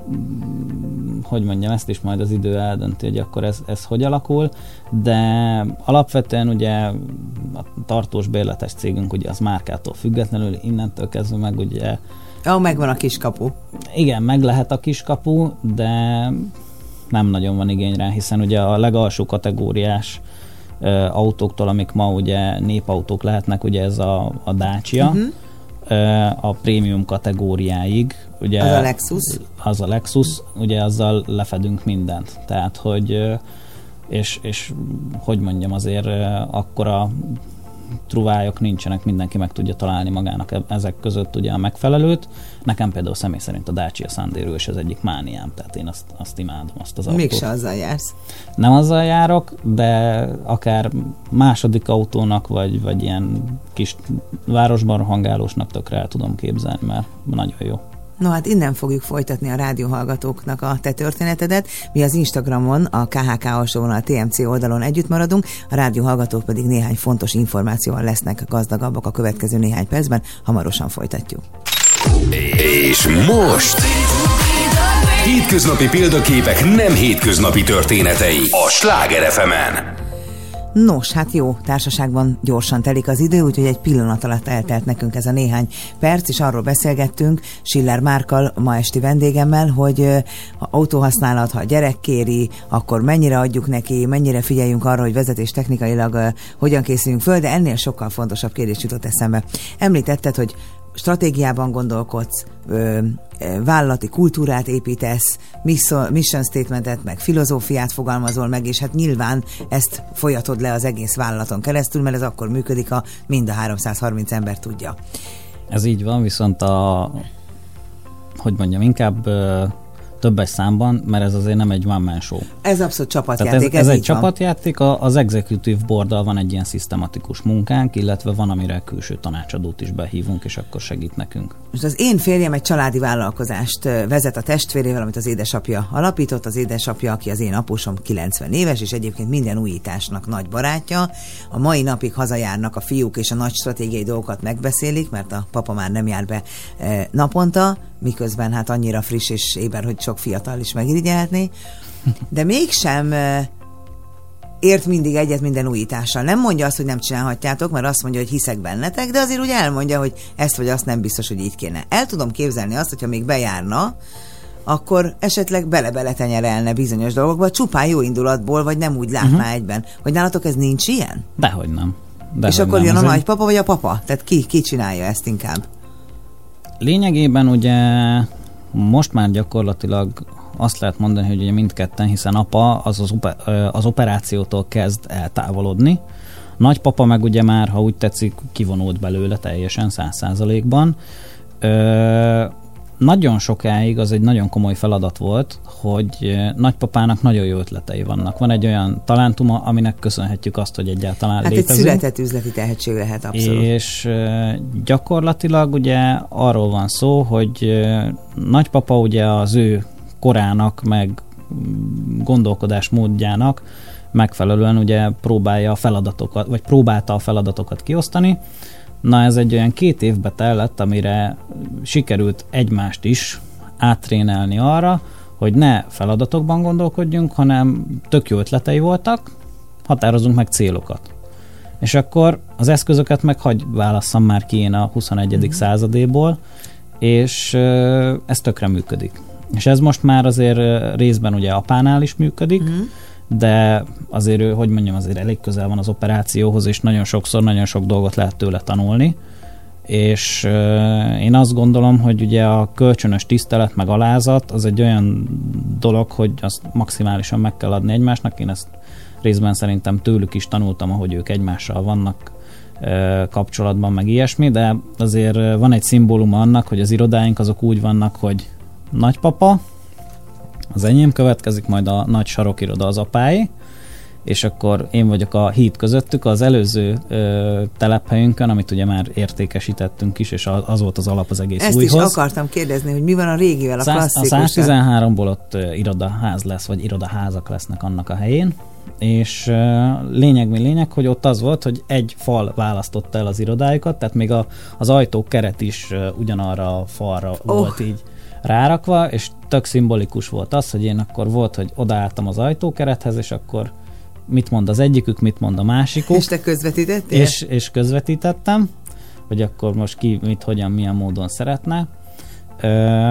hogy mondjam, ezt is majd az idő eldönti, hogy akkor ez, ez hogy alakul, de alapvetően ugye a tartós bérletes cégünk ugye az márkától függetlenül, innentől kezdve meg ugye... Ó, megvan a kiskapu. Igen, meg lehet a kiskapu, de nem nagyon van igény rá, hiszen ugye a legalsó kategóriás ö, autóktól, amik ma ugye népautók lehetnek, ugye ez a, a Dacia, uh-huh. a prémium kategóriáig. Ugye az a Lexus. Az a Lexus, ugye azzal lefedünk mindent. Tehát, hogy és, és hogy mondjam, azért akkora truvályok nincsenek, mindenki meg tudja találni magának ezek között ugye a megfelelőt. Nekem például személy szerint a Dacia Sandero is az egyik mániám, tehát én azt, azt imádom, azt az autót. Mégse azzal jársz. Nem azzal járok, de akár második autónak, vagy, vagy ilyen kis városban rohangálósnak tökre el tudom képzelni, mert nagyon jó. No hát innen fogjuk folytatni a rádióhallgatóknak a te történetedet. Mi az Instagramon, a ká há ká alsóvonal té em cé oldalon együtt maradunk, a rádióhallgatók pedig néhány fontos információval lesznek gazdagabbak a következő néhány percben. Hamarosan folytatjuk. És most hétköznapi példaképek nem hétköznapi történetei a Sláger ef emen. Nos, hát jó, társaságban gyorsan telik az idő, úgyhogy egy pillanat alatt eltelt nekünk ez a néhány perc, és arról beszélgettünk Schiller Márkkal, ma esti vendégemmel, hogy ha autóhasználat, ha a gyerek kéri, akkor mennyire adjuk neki, mennyire figyeljünk arra, hogy vezetés technikailag uh, hogyan készülünk föl, de ennél sokkal fontosabb kérdés jutott eszembe. Említetted, hogy stratégiában gondolkodsz, ö, vállalati kultúrát építesz, mission statementet, meg filozófiát fogalmazol meg, és hát nyilván ezt folyatod le az egész vállalaton keresztül, mert ez akkor működik, ha mind a háromszázharminc ember tudja. Ez így van, viszont a, hogy mondjam, inkább ö, többes számban, mert ez azért nem egy one-man show. Ez abszolút csapatjáték. Tehát ez, ez, ez egy csapatjáték, az executive boarddal van egy ilyen szisztematikus munkánk, illetve van, amire külső tanácsadót is behívunk, és akkor segít nekünk. Most az én férjem egy családi vállalkozást vezet a testvérével, amit az édesapja alapított. Az édesapja, aki az én apósom, kilencven éves, és egyébként minden újításnak nagy barátja. A mai napig hazajárnak a fiúk, és a nagy stratégiai dolgokat megbeszélik, mert a papa már nem jár be eh, naponta, miközben hát annyira friss és éber, hogy sok fiatal is megirigyelhetné. De mégsem eh, ért mindig egyet minden újítással. Nem mondja azt, hogy nem csinálhatjátok, mert azt mondja, hogy hiszek bennetek, de azért úgy elmondja, hogy ezt vagy azt nem biztos, hogy így kéne. El tudom képzelni azt, hogyha még bejárna, akkor esetleg bele-bele tenyerelne bizonyos dolgokba, csupán jó indulatból, vagy nem úgy látná uh-huh. egyben. Hogy nálatok ez nincs ilyen? Dehogy nem. Dehogy és akkor nem. jön a Azért... nagypapa, vagy a papa? Tehát ki, ki csinálja ezt inkább? Lényegében ugye most már gyakorlatilag azt lehet mondani, hogy ugye mindketten, hiszen apa az, az, oper, az operációtól kezd eltávolodni. Nagypapa meg ugye már, ha úgy tetszik, kivonult belőle teljesen száz százalékban. Nagyon sokáig az egy nagyon komoly feladat volt, hogy nagypapának nagyon jó ötletei vannak. Van egy olyan talentuma, aminek köszönhetjük azt, hogy egyáltalán hát létezünk. Hát egy született üzleti tehetség lehet abszolút. És gyakorlatilag ugye arról van szó, hogy nagypapa ugye az ő korának, meg gondolkodásmódjának megfelelően ugye próbálja a feladatokat, vagy próbálta a feladatokat kiosztani. Na ez egy olyan két évbe tellett, amire sikerült egymást is áttrénelni arra, hogy ne feladatokban gondolkodjunk, hanem tök jó ötletei voltak, határozunk meg célokat. És akkor az eszközöket meg hagy válasszam már ki én a huszonegyedik Mm. századéból, és ez tökre működik. És ez most már azért részben ugye apánál is működik, Mm. de azért ő, hogy mondjam, azért elég közel van az operációhoz, és nagyon sokszor, nagyon sok dolgot lehet tőle tanulni, és euh, én azt gondolom, hogy ugye a kölcsönös tisztelet meg alázat az egy olyan dolog, hogy azt maximálisan meg kell adni egymásnak. Én ezt részben szerintem tőlük is tanultam, ahogy ők egymással vannak euh, kapcsolatban, meg ilyesmi, de azért van egy szimbóluma annak, hogy az irodáink azok úgy vannak, hogy nagypapa, az enyém következik, majd a nagy sarokiroda az apáé, és akkor én vagyok a híd közöttük. Az előző ö, telephelyünkön, amit ugye már értékesítettünk is, és az volt az alap az egész Ezt újhoz. Ezt is akartam kérdezni, hogy mi van a régivel, a klasszikussal. A száz tizenháromból ott ö, irodaház lesz, vagy irodaházak lesznek annak a helyén, és ö, lényeg mi lényeg, hogy ott az volt, hogy egy fal választotta el az irodájukat, tehát még a, az ajtókeret is ö, ugyanarra a falra oh. volt így rárakva, és tök szimbolikus volt az, hogy én akkor volt, hogy odaálltam az ajtókerethez, és akkor mit mond az egyikük, mit mond a másikuk. És te közvetítettél? És, és közvetítettem, hogy akkor most ki mit, hogyan, milyen módon szeretne. Ö,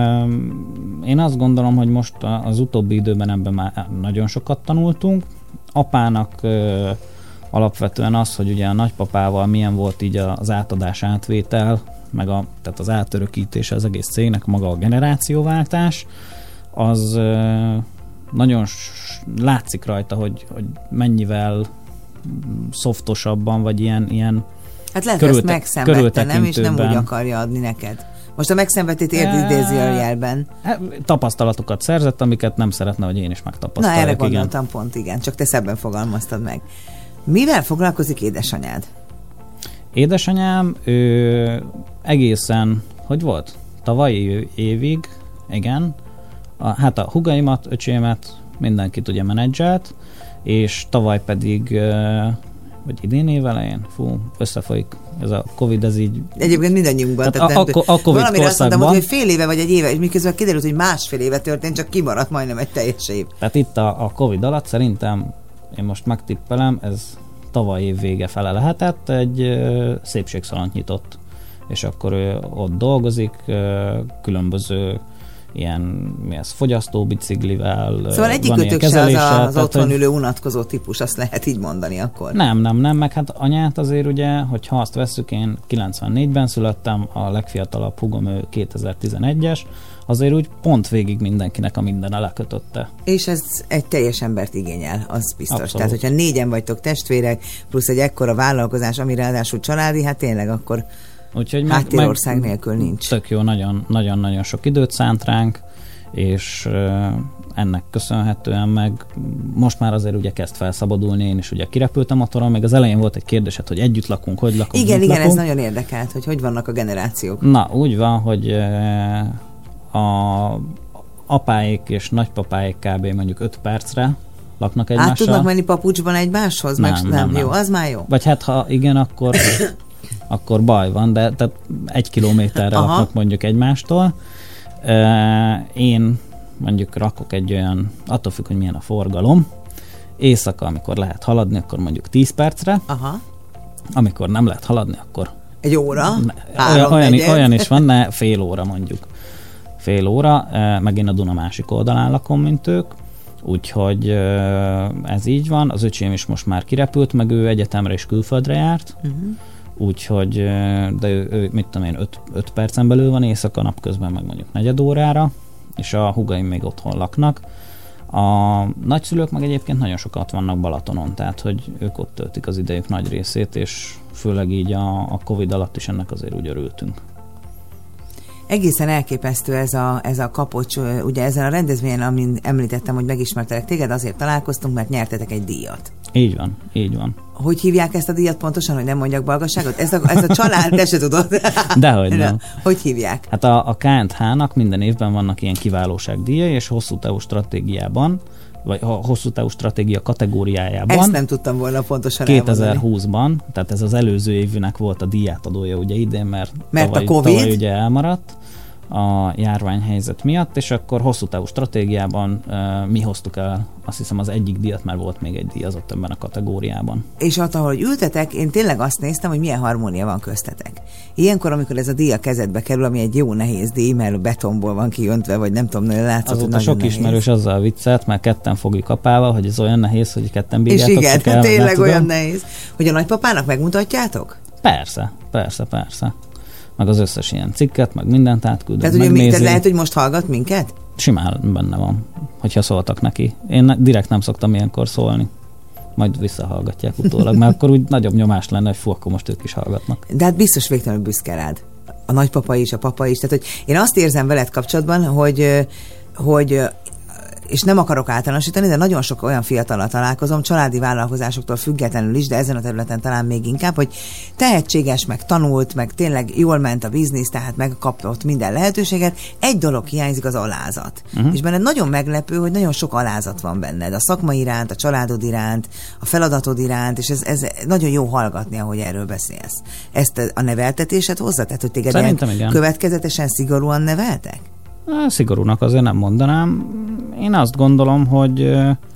én azt gondolom, hogy most az utóbbi időben ebben már nagyon sokat tanultunk. Apának ö, alapvetően az, hogy ugye a nagypapával milyen volt így az átadás, átvétel, meg a, tehát az átörökítése az egész cégnek, maga a generációváltás, az ö, nagyon látszik rajta, hogy, hogy mennyivel szoftosabban, vagy ilyen, ilyen hát lehet, körülte, ezt megszenvedte, nem? És nem úgy akarja adni neked. Most a megszenvedét érdidézi a jelben. Tapasztalatokat szerzett, amiket nem szeretne, hogy én is megtapasztaljak. Na, erre gondoltam, igen. Pont, igen. Csak te szebben fogalmaztad meg. Mivel foglalkozik édesanyád? Édesanyám, ő egészen, hogy volt? Tavalyi évig, igen, a, hát a hugaimat, öcsémet, mindenkit ugye menedzselt, és tavaly pedig, vagy idén év elején, fú, összefolyik ez a Covid, ez így... Egyébként mindannyiunkban. Tehát tehát a, a, a Covid valamire azt mondtam, korszakban, hogy fél éve vagy egy éve, és miközben kiderült, hogy másfél éve történt, csak kimaradt majdnem egy teljes év. Tehát itt a, a Covid alatt szerintem, én most megtippelem, ez tavaly év vége fele lehetett, egy ö, szépségszalont nyitott, és akkor ő ott dolgozik, ö, különböző ilyen, mi ez, fogyasztóbiciklivel, szóval egyikőtök se az a, az otthon ülő unatkozó típus, azt lehet így mondani akkor. Nem, nem, nem, meg hát anyát azért ugye, hogyha azt vesszük, én kilencvennégyben születtem, a legfiatalabb húgom ő kétezer-tizenegyes, azért úgy pont végig mindenkinek a mindene lekötötte. És ez egy teljes embert igényel, az biztos. Abszolút. Tehát, hogyha négyen vagytok testvérek, plusz egy ekkora vállalkozás, ami ráadásul családi, hát tényleg akkor úgyhogy háttérország nélkül nincs. Tök jó, nagyon-nagyon sok időt szánt ránk, és ennek köszönhetően meg most már azért ugye kezd felszabadulni, én is ugye kirepült a motoron, meg az elején volt egy kérdésed, hogy együtt lakunk, hogy lakunk, igen, igen, lakunk. Ez nagyon érdekelt, hogy hogy vannak a generációk. Na, úgy van, hogy a apáik és nagypapáik kb. Mondjuk öt percre laknak egymással. Át tudnak menni papucsban egymáshoz? Nem, meg, nem, nem, nem. Jó, az már jó. Vagy hát ha igen, akkor akkor baj van, de tehát egy kilométerre Aha. laknak mondjuk egymástól. Én mondjuk rakok egy olyan, attól függ, hogy milyen a forgalom. Éjszaka, amikor lehet haladni, akkor mondjuk tíz percre. Aha. Amikor nem lehet haladni, akkor egy óra? Ne, olyan, olyan, olyan is van, ne, fél óra mondjuk. Fél óra, meg én a Duna másik oldalán lakom, mint ők. Úgyhogy ez így van. Az öcsém is most már kirepült, meg ő egyetemre és külföldre járt. Uh-huh. Úgyhogy, de ő, ő mit tudom én, öt percen belül van éjszaka, napközben meg mondjuk negyed órára, és a húgaim még otthon laknak. A nagyszülők meg egyébként nagyon sokat vannak Balatonon, tehát hogy ők ott töltik az idejük nagy részét, és főleg így a, a Covid alatt is ennek azért úgy örültünk. Egészen elképesztő ez a, ez a kapocs, ugye ezen a rendezvényen, amin említettem, hogy megismertelek téged, azért találkoztunk, mert nyertetek egy díjat. Így van, így van. Hogy hívják ezt a díjat pontosan, hogy nem mondjak balgasságot? Ez a, ez a család, te se tudod. Dehogy nem. Hogy hívják? Hát a, a ká és há-nak minden évben vannak ilyen kiválóságdíjai, és hosszú távú stratégiában, vagy a hosszú távú stratégia kategóriájában. Ezt nem tudtam volna pontosan kétezer-húszban, elmondani. Tehát ez az előző évnek volt a díjátadója ugye idén, mert, mert tavaly, a Covid? tavaly ugye elmaradt a járványhelyzet miatt, és akkor hosszú távú stratégiában uh, mi hoztuk el, azt hiszem az egyik díjat, mert volt még egy díjazott ebben a kategóriában. És ott, ahogy ültetek, én tényleg azt néztem, hogy milyen harmónia van köztetek. Ilyenkor, amikor ez a díj a kezedbe kerül, ami egy jó nehéz díj, mert betonból van kiöntve, vagy nem tudom, nagyon látszott, azóta sok nehéz. Ismerős azzal viccelt, mert ketten fogjuk apával, hogy ez olyan nehéz, hogy ketten bírjátok. És igen, el, tényleg olyan nehéz. Hogy a nagypapának megmutatjátok? Persze, persze, persze. Meg az összes ilyen cikket, meg mindent átküldök, tehát, megnézi. Tehát lehet, hogy most hallgat minket? Simán benne van, hogyha szóltak neki. Én direkt nem szoktam ilyenkor szólni. Majd visszahallgatják utólag, mert akkor úgy nagyobb nyomás lenne, hogy fú, akkor most ők is hallgatnak. De hát biztos végtelenül büszke rád. A nagypapa is, a papa is. Tehát, hogy én azt érzem veled kapcsolatban, hogy, hogy és nem akarok általánosítani, de nagyon sok olyan fiatallal találkozom, családi vállalkozásoktól függetlenül is, de ezen a területen talán még inkább, hogy tehetséges, meg tanult, meg tényleg jól ment a biznisz, tehát megkapott minden lehetőséget. Egy dolog hiányzik, az alázat. Uh-huh. És benned nagyon meglepő, hogy nagyon sok alázat van benned. A szakma iránt, a családod iránt, a feladatod iránt, és ez, ez nagyon jó hallgatni, ahogy erről beszélsz. Ezt a neveltetésed hozzá? Tehát, hogy téged következetesen, szigorúan neveltek? Szigorúnak azért nem mondanám. Én azt gondolom, hogy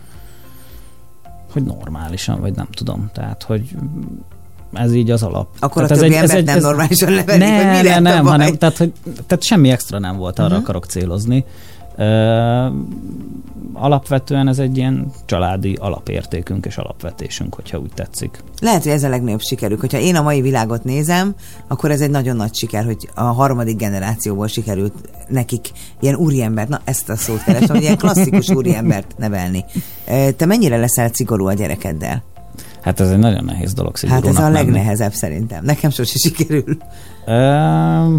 hogy normálisan, vagy nem tudom. Tehát, hogy ez így az alap. Akkor tehát a többi ez egy, embert ez nem egy, normálisan nevelik, ne, hogy mi ne, nem, hanem, tehát, hogy, tehát semmi extra nem volt, arra uh-huh. akarok célozni. Uh, alapvetően ez egy ilyen családi alapértékünk és alapvetésünk, hogyha úgy tetszik. Lehet, hogy ez a legnagyobb sikerük. Hogyha én a mai világot nézem, akkor ez egy nagyon nagy siker, hogy a harmadik generációból sikerült nekik ilyen úriembert, na ezt a szót keresem, hogy ilyen klasszikus úriembert nevelni. Te mennyire leszel szigorú a gyerekeddel? Hát ez egy nagyon nehéz dolog szigorúnak. Hát ez a lenni. legnehezebb szerintem. Nekem sose sikerül. Uh,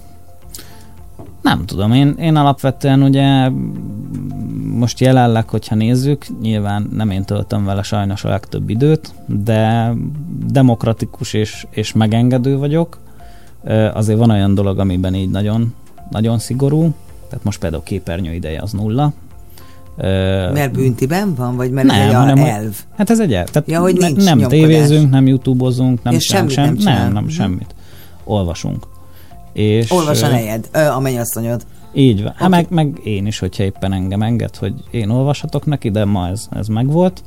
Nem tudom, én, én alapvetően ugye most jelenleg, hogyha nézzük, nyilván nem én töltöm vele sajnos a legtöbb időt, de demokratikus és, és megengedő vagyok. Azért van olyan dolog, amiben így nagyon, nagyon szigorú, tehát most például képernyő ideje az nulla. Mert büntiben van, vagy mert nem, ez egy hanem, elv? Hát ez egy elv. Tehát ja, hogy nincs nem nyomkodás. tévézünk, nem youtubozunk, nem, ja, sem, semmit sem, nem csinál. nem, nem semmit. Olvasunk. És, Olvas a nejed, a mennyasszonyod. Így van. Okay. Hát meg, meg én is, hogyha éppen engem enged, hogy én olvashatok neki, de ma ez, ez megvolt.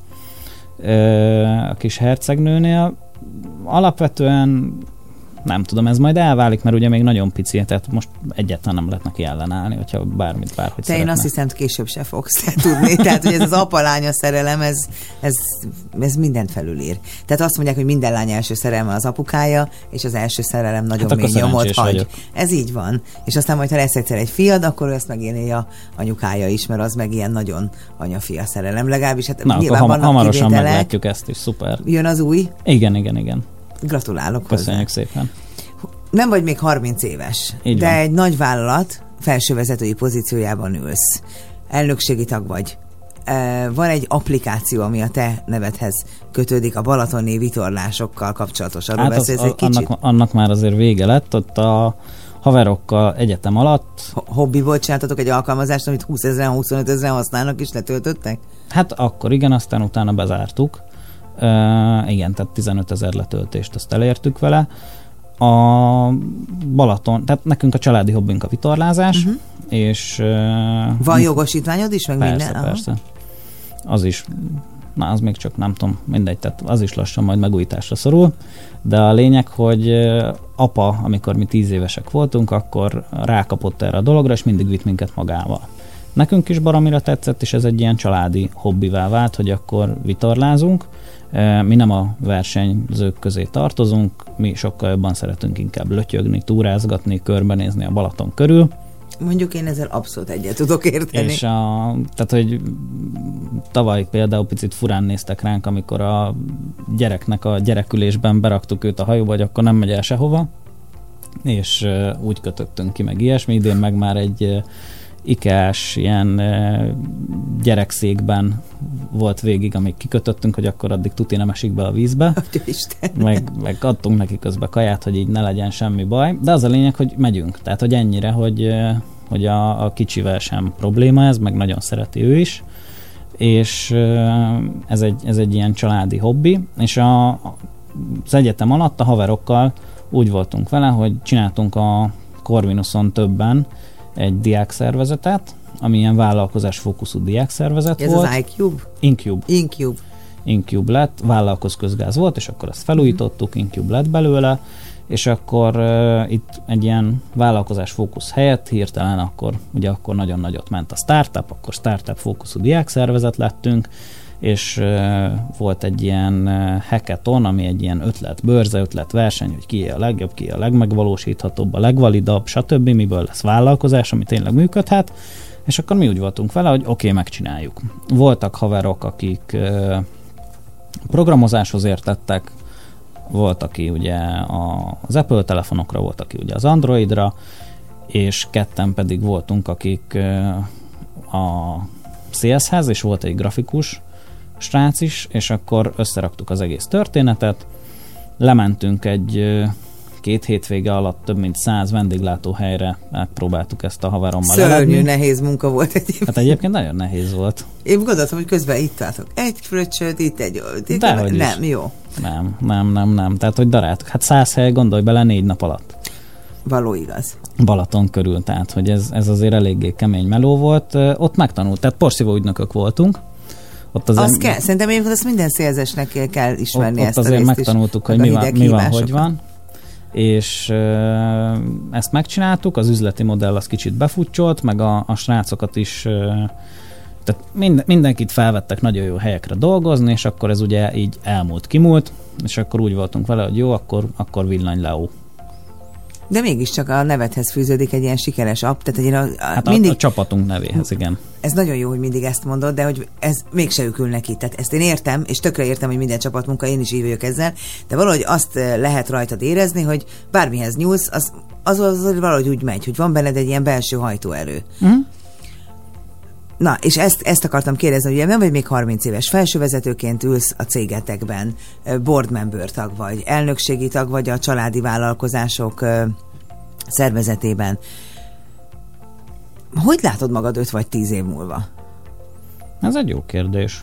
A kis hercegnőnél alapvetően nem tudom, ez majd elválik, mert ugye még nagyon pici, tehát most egyáltalán nem lehet neki ellenállni, hogyha bármit, bárhogy Te szeretne. én azt hiszem, később se fogsz tudni. Tehát, hogy ez az apa-lánya szerelem, ez, ez, ez mindent felülír. Tehát azt mondják, hogy minden lány első szerelme az apukája, és az első szerelem nagyon hát mély nyomot hagy. Vagyok. Ez így van. És aztán majd, ha lesz egyszer egy fiad, akkor ezt megélni a anyukája is, mert az meg ilyen nagyon anya-fia szerelem. Legalábbis hát na, nyilván akkor vannak hamarosan kivételek. meglátjuk ezt is, szuper. Jön az új? Igen, igen, igen. Gratulálok Köszönjük hozzá. szépen. Nem vagy még harminc éves, így de van. egy nagy vállalat felsővezetői pozíciójában ülsz. Elnökségi tag vagy. Van egy applikáció, ami a te nevedhez kötődik, a balatoni vitorlásokkal kapcsolatos. Arról hát beszélsz az, egy kicsit? Annak, annak már azért vége lett, ott a haverokkal egyetem alatt. Hobbiból csináltatok egy alkalmazást, amit húszezren, huszonöt ezeren használnak és letöltöttek? Hát akkor igen, aztán utána bezártuk. Uh, igen, tehát tizenötezer letöltést azt elértük vele. A Balaton, tehát nekünk a családi hobbink a vitorlázás, uh-huh. és... Uh, Van jogosítványod is, meg persze, minden? Persze, persze. Az is, na az még csak nem tudom, mindegy, tehát az is lassan majd megújításra szorul, de a lényeg, hogy apa, amikor mi tíz évesek voltunk, akkor rákapott erre a dologra, és mindig vitt minket magával. Nekünk is baromira tetszett, és ez egy ilyen családi hobbivá vált, hogy akkor vitorlázunk. Mi nem a versenyzők közé tartozunk, mi sokkal jobban szeretünk inkább lötyögni, túrázgatni, körbenézni a Balaton körül. Mondjuk én ezzel abszolút egyet tudok érteni. És a, tehát, hogy tavaly például picit furán néztek ránk, amikor a gyereknek a gyerekülésben beraktuk őt a hajóba, hogy akkor nem megy el sehova, és úgy kötöttünk ki, meg ilyesmi. Idén meg már egy ikás ilyen gyerekszékben volt végig, amíg kikötöttünk, hogy akkor addig tuti nem esik be a vízbe. meg, meg adtunk neki közbe kaját, hogy így ne legyen semmi baj. De az a lényeg, hogy megyünk. Tehát, hogy ennyire, hogy, hogy a, a kicsivel sem probléma ez, meg nagyon szereti ő is. És ez egy, ez egy ilyen családi hobbi. És a, az egyetem alatt a haverokkal úgy voltunk vele, hogy csináltunk a Corvinuson többen egy diákszervezetet, ami ilyen vállalkozás fókuszú diákszervezet Ez volt. Ez az iCube? Incube. Incube. Incube lett, vállalkoz közgáz volt, és akkor ezt felújítottuk, Incube lett belőle, és akkor uh, itt egy ilyen vállalkozás fókusz helyett hirtelen akkor, ugye akkor nagyon nagyot ment a startup, akkor startup fókuszú diákszervezet lettünk, és uh, volt egy ilyen uh, hackathon, ami egy ilyen ötletbörze, ötletverseny, hogy ki a legjobb, ki a legmegvalósíthatóbb, a legvalidabb, stb., miből lesz vállalkozás, ami tényleg működhet, és akkor mi úgy voltunk vele, hogy oké, okay, megcsináljuk. Voltak haverok, akik uh, programozáshoz értettek, volt, aki ugye a, az Apple telefonokra, volt, aki ugye az Androidra, és ketten pedig voltunk, akik uh, a cé es-hez, és volt egy grafikus srác is, és akkor összeraktuk az egész történetet, lementünk egy két hétvége alatt több mint száz vendéglátóhelyre, megpróbáltuk ezt a haverommal leledni. Szörnyű nehéz munka volt egyébként. Hát egyébként nagyon nehéz volt. Én gondoltam, hogy közben itt álltok egy fröccsöt, itt egy... Itt Dehogy is. Nem, jó. Nem, nem, nem, nem. Tehát, hogy daráltuk. Hát száz hely, gondolj bele, négy nap alatt. Való igaz. Balaton körül, tehát, hogy ez, ez azért eléggé kemény meló volt. Ott megtanult, tehát porszívó ügynökök voltunk. Ott azért, azt kell, szerintem én azt minden szélzesnek kell ismerni ott, ezt ott a részt azért megtanultuk, is, hogy mi van, mi van, hogy van. És e, ezt megcsináltuk, az üzleti modell az kicsit befutcsolt, meg a, a srácokat is, e, tehát mind, mindenkit felvettek nagyon jó helyekre dolgozni, és akkor ez ugye így elmúlt, kimúlt, és akkor úgy voltunk vele, hogy jó, akkor, akkor villany leó. De mégiscsak a nevedhez fűződik egy ilyen sikeres app. Tehát egy, a, a, hát mindig, a, a csapatunk nevéhez, igen. Ez nagyon jó, hogy mindig ezt mondod, de hogy ez mégse ükül neki. Tehát ezt én értem, és tökre értem, hogy minden csapatmunka, én is így vagyok ezzel, de valahogy azt lehet rajtad érezni, hogy bármihez nyúlsz, az, az, az, az valahogy úgy megy, hogy van benned egy ilyen belső hajtóerő. Uh-huh. Na, és ezt, ezt akartam kérdezni, hogy nem vagy még harminc éves, felsővezetőként ülsz a cégetekben, board member tag vagy, elnökségi tag vagy a családi vállalkozások szervezetében. Hogy látod magad öt vagy tíz év múlva? Ez egy jó kérdés.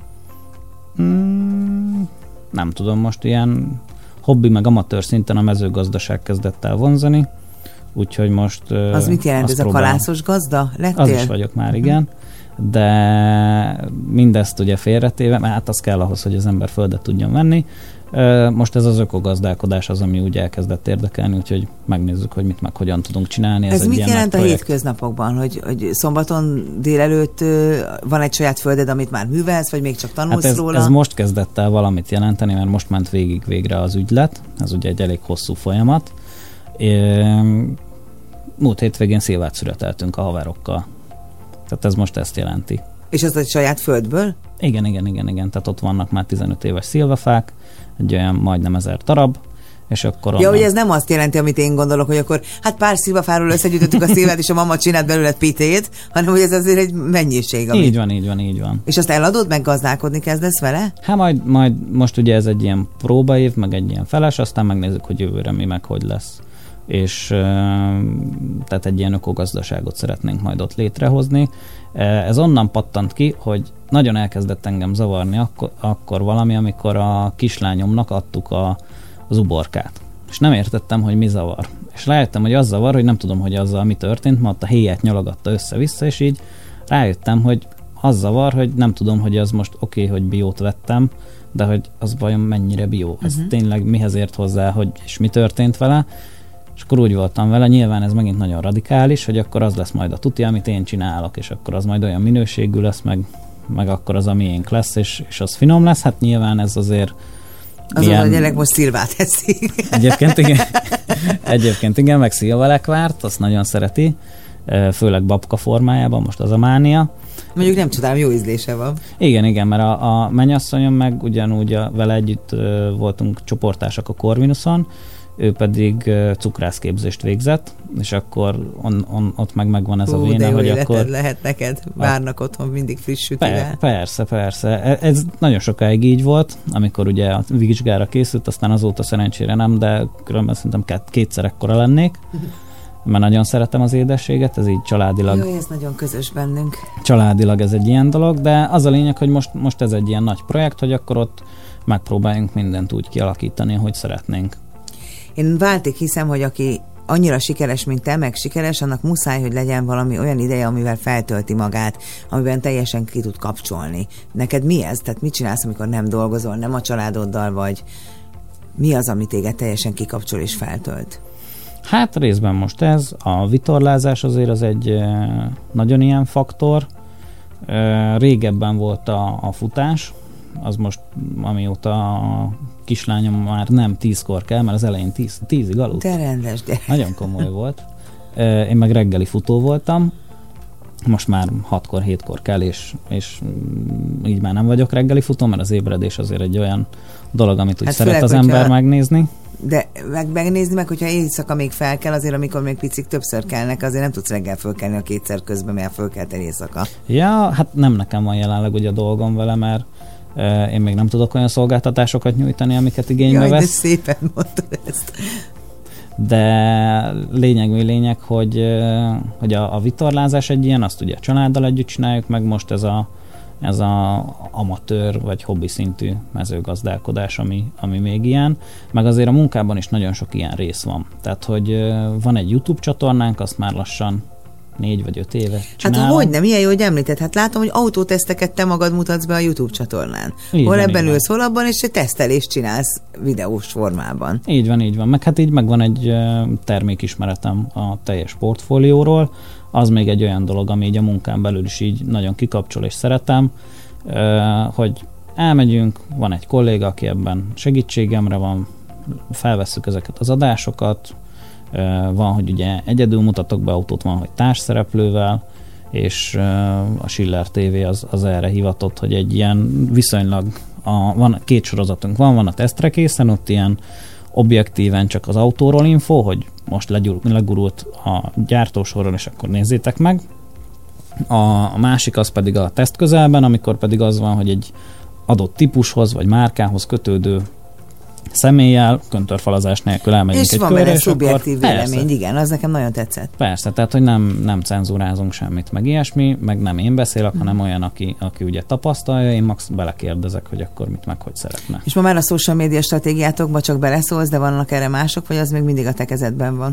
Hmm, nem tudom, most ilyen hobbi meg amatőr szinten a mezőgazdaság kezdett el vonzani, úgyhogy most... Az mit jelent? Ez próbálom. A kalászos gazda lettél? Az is vagyok már, igen. De mindezt ugye félretéve, mert hát az kell ahhoz, hogy az ember földet tudjon venni. Most ez az ökogazdálkodás az, ami úgy elkezdett érdekelni, úgyhogy megnézzük, hogy mit meg hogyan tudunk csinálni. Ez, ez mit jelent a hétköznapokban? Hogy, hogy szombaton délelőtt van egy saját földed, amit már művelsz, vagy még csak tanulsz hát ez, róla? Ez most kezdett el valamit jelenteni, mert most ment végig végre az ügylet. Ez ugye egy elég hosszú folyamat. É, múlt hétvégén szilvát születeltünk a haverokkal. Tehát ez most ezt jelenti. És az egy saját földből? Igen, igen, igen, igen. Tehát ott vannak már tizenöt éves szilvafák, egy olyan majdnem ezer darab, és akkor... Ja, hogy ez nem azt jelenti, amit én gondolok, hogy akkor hát pár szilvafáról összegyűjtöttük a szilvát, és a mama csinált belőle pitét, hanem hogy ez azért egy mennyiség. Amit... Így van, így van, így van. És azt eladod, meg gazdálkodni kezdesz vele? Hát majd, majd most ugye ez egy ilyen próbaév, meg egy ilyen feles, aztán megnézzük, hogy jövőre mi meg hogy lesz. És tehát egy ilyen ökogazdaságot szeretnénk majd ott létrehozni. Ez onnan pattant ki, hogy nagyon elkezdett engem zavarni akkor, akkor valami, amikor a kislányomnak adtuk a, az uborkát. És nem értettem, hogy mi zavar. És rájöttem, hogy az zavar, hogy nem tudom, hogy azzal mi történt, mert ott a héját nyalogatta össze-vissza, és így rájöttem, hogy az zavar, hogy nem tudom, hogy az most oké, okay, hogy biót vettem, de hogy az vajon mennyire bió. Ez uh-huh. tényleg mihez ért hozzá, hogy és mi történt vele. És akkor úgy voltam vele, nyilván ez megint nagyon radikális, hogy akkor az lesz majd a tuti, amit én csinálok, és akkor az majd olyan minőségű lesz, meg, meg akkor az a miénk lesz, és, és az finom lesz. Hát nyilván ez azért... Az ilyen... a gyerek most szilvát eszik. Egyébként igen, egyébként igen, meg szilvalekvárt, azt nagyon szereti. főleg babka formájában, most az a mánia. Mondjuk nem csodálom, jó ízlése van. Igen, igen, mert a, a mennyasszonyom meg ugyanúgy a, vele együtt uh, voltunk csoportársak a Corvinuson, ő pedig uh, cukrászképzést végzett, és akkor on, on, ott meg megvan ez Hú, a véne, de hogy jó akkor... lehet neked, várnak a... otthon mindig friss sütivel. Per, persze, persze. Ez nagyon sokáig így volt, amikor ugye a vizsgára készült, aztán azóta szerencsére nem, de különben szerintem kétszer ekkora lennék. Mert nagyon szeretem az édességet, ez így családilag... Jó, ez nagyon közös bennünk. Családilag ez egy ilyen dolog, de az a lényeg, hogy most, most ez egy ilyen nagy projekt, hogy akkor ott megpróbáljunk mindent úgy kialakítani, hogy szeretnénk. Én váltig hiszem, hogy aki annyira sikeres, mint te, meg sikeres, annak muszáj, hogy legyen valami olyan ideje, amivel feltölti magát, amiben teljesen ki tud kapcsolni. Neked mi ez? Tehát mit csinálsz, amikor nem dolgozol, nem a családoddal vagy? Mi az, ami téged teljesen kikapcsol és feltölt? Hát részben most ez, a vitorlázás azért az egy nagyon ilyen faktor. Régebben volt a, a futás, az most amióta a kislányom már nem tízkor kell, mert az elején tíz, tízig aludt. Te rendes gyerek. Nagyon komoly volt. Én meg reggeli futó voltam, most már hatkor, hétkor kell, és, és így már nem vagyok reggeli futó, mert az ébredés azért egy olyan dolog, amit úgy hát szeret főleg, az ember hogyha... megnézni. De meg, megnézni meg, hogyha éjszaka még fel kell, azért amikor még picik többször kelnek, azért nem tudsz reggel fölkelni a kétszer közben, mert fölkelteni éjszaka. Ja, hát nem nekem van jelenleg ugye a dolgom vele, mert uh, én még nem tudok olyan szolgáltatásokat nyújtani, amiket igénybe Jaj, vesz. de szépen mondtad ezt. De lényeg mi lényeg, hogy, hogy a, a vitorlázás egy ilyen, azt ugye a családdal együtt csináljuk, meg most ez a ez a amatőr vagy hobbi szintű mezőgazdálkodás, ami, ami még ilyen, meg azért a munkában is nagyon sok ilyen rész van. Tehát, hogy van egy YouTube csatornánk, azt már lassan négy vagy öt éve csinálom. Hát hogy nem, ilyen jó, hogy említett. Hát látom, hogy autóteszteket te magad mutatsz be a YouTube csatornán. Így hol van, ebben ülsz, hol abban, és egy tesztelést csinálsz videós formában. Így van, így van. Meg hát így megvan egy termékismeretem a teljes portfólióról. Az még egy olyan dolog, ami így a munkán belül is így nagyon kikapcsol, és szeretem, hogy elmegyünk, van egy kolléga, aki ebben segítségemre van, felvesszük ezeket az adásokat, van, hogy ugye egyedül mutatok be autót, van, hogy társszereplővel, és a Schiller té vé az, az erre hivatott, hogy egy ilyen viszonylag, a, van két sorozatunk van, van a Tesztre készen, ott ilyen objektíven csak az autóról info, hogy most legyul, legurult a gyártósoron, és akkor nézzétek meg. A, a másik az pedig a teszt közelben, amikor pedig az van, hogy egy adott típushoz vagy márkához kötődő személlyel, köntörfalazás nélkül elmegyünk és egy van körre, benne és szubjektív akkor, vélemény, persze, igen, az nekem nagyon tetszett. Persze, tehát, hogy nem, nem cenzúrázunk semmit, meg ilyesmi, meg nem én beszélek, hmm. hanem olyan, aki, aki ugye tapasztalja, én max belekérdezek, hogy akkor mit meg hogy szeretne. És ma már a social media stratégiátokba csak beleszólsz, de vannak erre mások, vagy az még mindig a te kezedben van?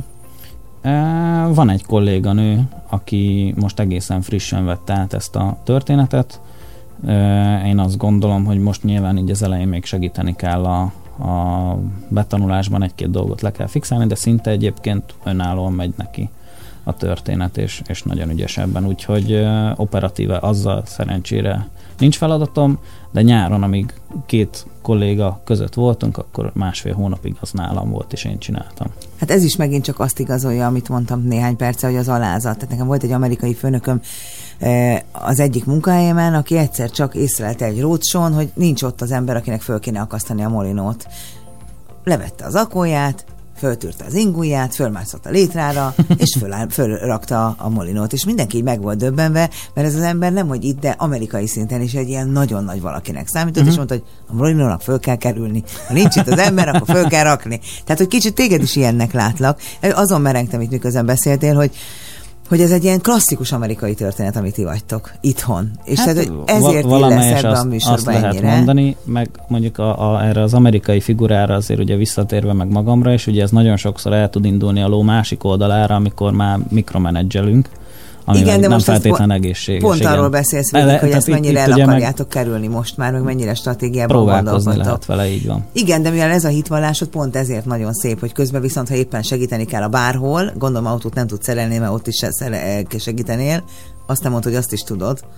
Van egy kolléganő, aki most egészen frissen vette át ezt a történetet. Én azt gondolom, hogy most nyilván így az elején még segíteni kell a, a betanulásban, egy-két dolgot le kell fixálni, de szinte egyébként önállóan megy neki a történet, és, és nagyon ügyes ebben, úgyhogy operatíve azzal szerencsére nincs feladatom, de nyáron, amíg két kolléga között voltunk, akkor másfél hónapig az nálam volt, és én csináltam. Hát ez is megint csak azt igazolja, amit mondtam néhány perce, hogy az alázat. Tehát nekem volt egy amerikai főnököm az egyik munkahelyemen, aki egyszer csak észrelte egy rócson, hogy nincs ott az ember, akinek föl kéne akasztani a molinót. Levette az akóját, föltűrte az ingujját, fölmászott a létrára, és föl, fölrakta a molinót, és mindenki így meg volt döbbenve, mert ez az ember nem, hogy itt, de amerikai szinten is egy ilyen nagyon nagy valakinek számított, uh-huh. és mondta, hogy a molinónak föl kell kerülni. Ha nincs itt az ember, akkor föl kell rakni. Tehát, hogy kicsit téged is ilyennek látlak. Azon merengtem itt, miközben beszéltél, hogy hogy ez egy ilyen klasszikus amerikai történet, amit ti vagytok itthon. És hát, tehát, hogy ezért illesz ebbe a műsorba azt lehet ennyire. mondani, meg mondjuk a, a, erre az amerikai figurára azért ugye visszatérve meg magamra, és ugye ez nagyon sokszor el tud indulni a ló másik oldalára, amikor már mikromenedzselünk, ami igen, de nem feltétlenül egészséges. Pont igen. arról beszélsz végig, hogy ezt mennyire itt, el itt akarjátok meg kerülni most már, meg mennyire stratégiában próbálkozni lehet vele, így van. Igen, de mivel ez a hitvallásod, pont ezért nagyon szép, hogy közben viszont, ha éppen segíteni kell a bárhol, gondolom autót nem tudsz szerelni, mert ott is segítenél, azt nem mondod, hogy azt is tudod,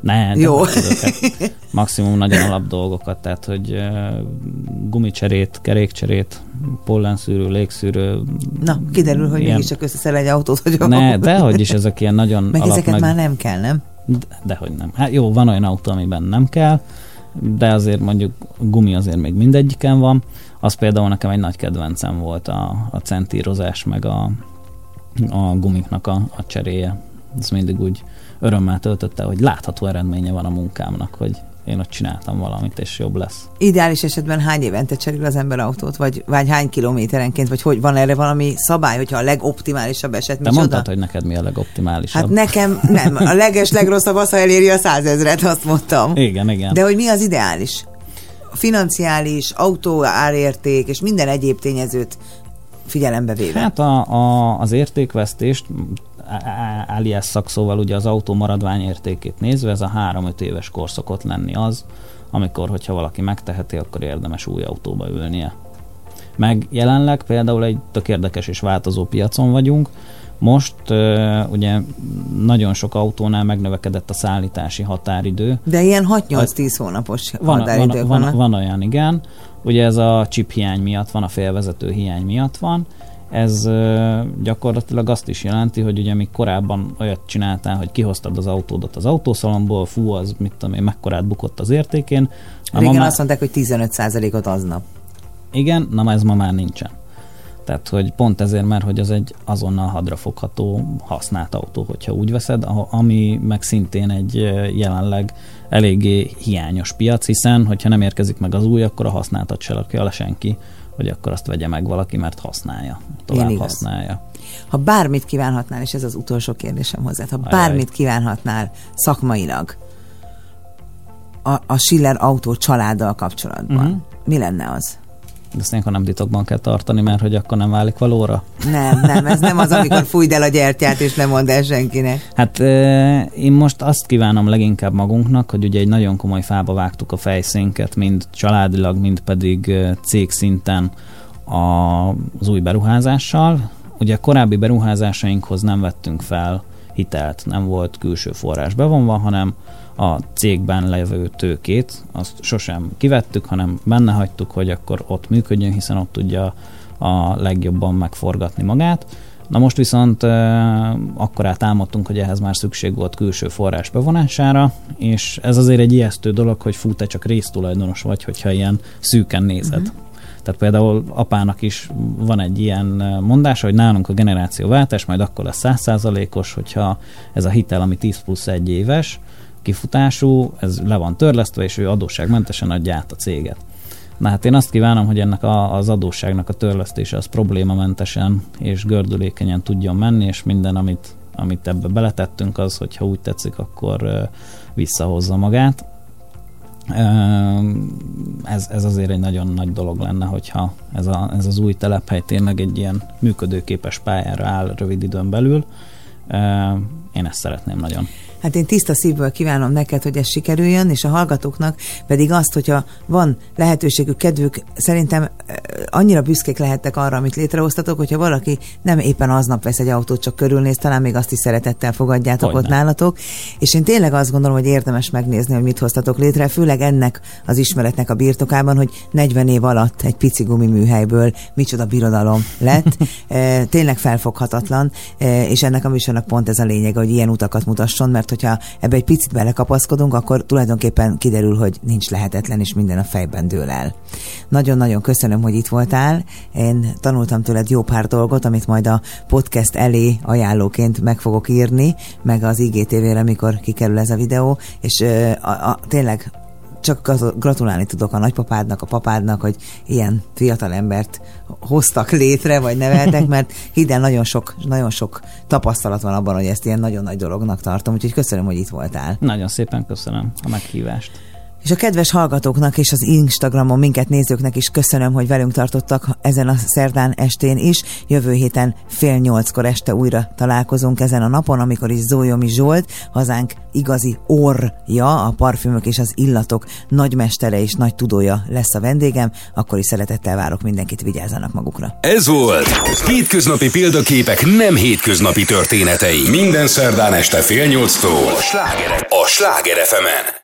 Ne, jó. Maximum nagyon alap dolgokat, tehát hogy uh, gumicserét, kerékcserét, pollenszűrő, légszűrő. Na, kiderül, hogy ilyen... mégiscsak összeszel egy autót, hogy... Ne, dehogy is ezek ilyen nagyon meg alap. Ezeket meg... már nem kell, nem? De, dehogy nem. Hát jó, van olyan autó, amiben nem kell, de azért mondjuk gumi azért még mindegyiken van. Az például nekem egy nagy kedvencem volt a, a centírozás, meg a, a gumiknak a, a cseréje. Ez mindig úgy örömmel töltötte, hogy látható eredménye van a munkámnak, hogy én ott csináltam valamit, és jobb lesz. Ideális esetben hány évente cserél az ember autót, vagy, vagy hány kilométerenként, vagy hogy van erre valami szabály, hogyha a legoptimálisabb eset? Te mondtad, hogy neked mi a legoptimálisabb. Hát nekem nem. A leges, legrosszabb az, ha eléri a százezret, azt mondtam. Igen, igen. De hogy mi az ideális? A financiális, autó árérték, és minden egyéb tényezőt figyelembe véve. Hát a, a, az értékvesztést alias szakszóval ugye az autó maradvány értékét nézve, ez a három-öt éves kor szokott lenni az, amikor, hogyha valaki megteheti, akkor érdemes új autóba ülnie. Meg jelenleg például egy tök érdekes és változó piacon vagyunk. Most uh, ugye nagyon sok autónál megnövekedett a szállítási határidő. De ilyen hat-nyolc-tíz hónapos van, határidők van, van, van olyan, igen. Ugye ez a chip hiány miatt van, a félvezető hiány miatt van. Ez uh, gyakorlatilag azt is jelenti, hogy ugye még korábban olyat csináltál, hogy kihoztad az autódat az autószalomból, fú, az mit tudom én, mekkorát bukott az értékén. Régen már... azt mondták, hogy tizenöt százalékot aznap. Igen, na ez ma már nincsen. Tehát, hogy pont ezért, mert hogy az egy azonnal hadrafogható használt autó, hogyha úgy veszed, ami meg szintén egy jelenleg eléggé hiányos piac, hiszen, hogyha nem érkezik meg az új, akkor a használtat se lakja le senki, hogy akkor azt vegye meg valaki, mert használja, tovább Igen, használja. Ha bármit kívánhatnál, és ez az utolsó kérdésem hozzá, ha bármit kívánhatnál szakmailag a, a Schiller Autó családdal kapcsolatban, uh-huh. mi lenne az? Ezt ilyenkor nem titokban kell tartani, mert hogy akkor nem válik valóra? Nem, nem, ez nem az, amikor fújd el a gyertyát, és nem mondd el senkinek. Hát e, én most azt kívánom leginkább magunknak, hogy ugye egy nagyon komoly fába vágtuk a fejszénket, mind családilag, mind pedig cégszinten az új beruházással. Ugye a korábbi beruházásainkhoz nem vettünk fel hitelt, nem volt külső forrás bevonva, hanem a cégben levő tőkét, azt sosem kivettük, hanem benne hagytuk, hogy akkor ott működjön, hiszen ott tudja a legjobban megforgatni magát. Na most viszont e, akkorát álmodtunk, hogy ehhez már szükség volt külső forrás bevonására, és ez azért egy ijesztő dolog, hogy fú, te csak résztulajdonos vagy, hogyha ilyen szűken nézed. Uh-huh. Tehát például apának is van egy ilyen mondása, hogy nálunk a generációváltás majd akkor lesz száz százalékos, hogyha ez a hitel, ami tíz plusz egy éves, kifutású, ez le van törlesztve, és ő adósságmentesen adja át a céget. Na hát én azt kívánom, hogy ennek a, az adósságnak a törlesztése az problémamentesen és gördülékenyen tudjon menni, és minden, amit, amit ebbe beletettünk, az, hogyha úgy tetszik, akkor uh, visszahozza magát. Uh, ez, ez azért egy nagyon nagy dolog lenne, hogyha ez, a, ez az új telephely tényleg egy ilyen működőképes pályára áll rövid időn belül. Uh, én ezt szeretném nagyon. Hát én tiszta szívből kívánom neked, hogy ez sikerüljön, és a hallgatóknak pedig azt, hogyha van lehetőségük, kedvük, szerintem annyira büszkék lehettek arra, amit létrehoztatok, hogyha valaki nem éppen aznap vesz egy autót, csak körülnéz, talán még azt is szeretettel fogadjátok hogy ott nem. nálatok. És én tényleg azt gondolom, hogy érdemes megnézni, hogy mit hoztatok létre, főleg ennek az ismeretnek a birtokában, hogy negyven év alatt egy pici gumiműhelyből micsoda birodalom lett. Tényleg felfoghatatlan, és ennek a műsornak pont ez a lényeg, hogy ilyen utakat mutasson, mert hogyha ebbe egy picit belekapaszkodunk, akkor tulajdonképpen kiderül, hogy nincs lehetetlen, és minden a fejben dől el. Nagyon-nagyon köszönöm, hogy itt voltál. Én tanultam tőled jó pár dolgot, amit majd a podcast elé ajánlóként meg fogok írni, meg az I G T V-re, mikor kikerül ez a videó, és a, a, tényleg csak gratulálni tudok a nagypapádnak, a papádnak, hogy ilyen fiatal embert hoztak létre, vagy neveltek, mert hidd el, nagyon sok, nagyon sok tapasztalat van abban, hogy ezt ilyen nagyon nagy dolognak tartom, úgyhogy köszönöm, hogy itt voltál. Nagyon szépen köszönöm a meghívást. És a kedves hallgatóknak és az Instagramon minket nézőknek is köszönöm, hogy velünk tartottak ezen a szerdán estén is. Jövő héten fél nyolckor este újra találkozunk ezen a napon, amikor is Zólyomi Zsolt, hazánk igazi orrja, a parfümök és az illatok nagymestere és nagy tudója lesz a vendégem. Akkor is szeretettel várok mindenkit, vigyázzanak magukra. Ez volt Hétköznapi Példaképek nem hétköznapi történetei. Minden szerdán este fél nyolctól a Sláger, a Sláger ef emen.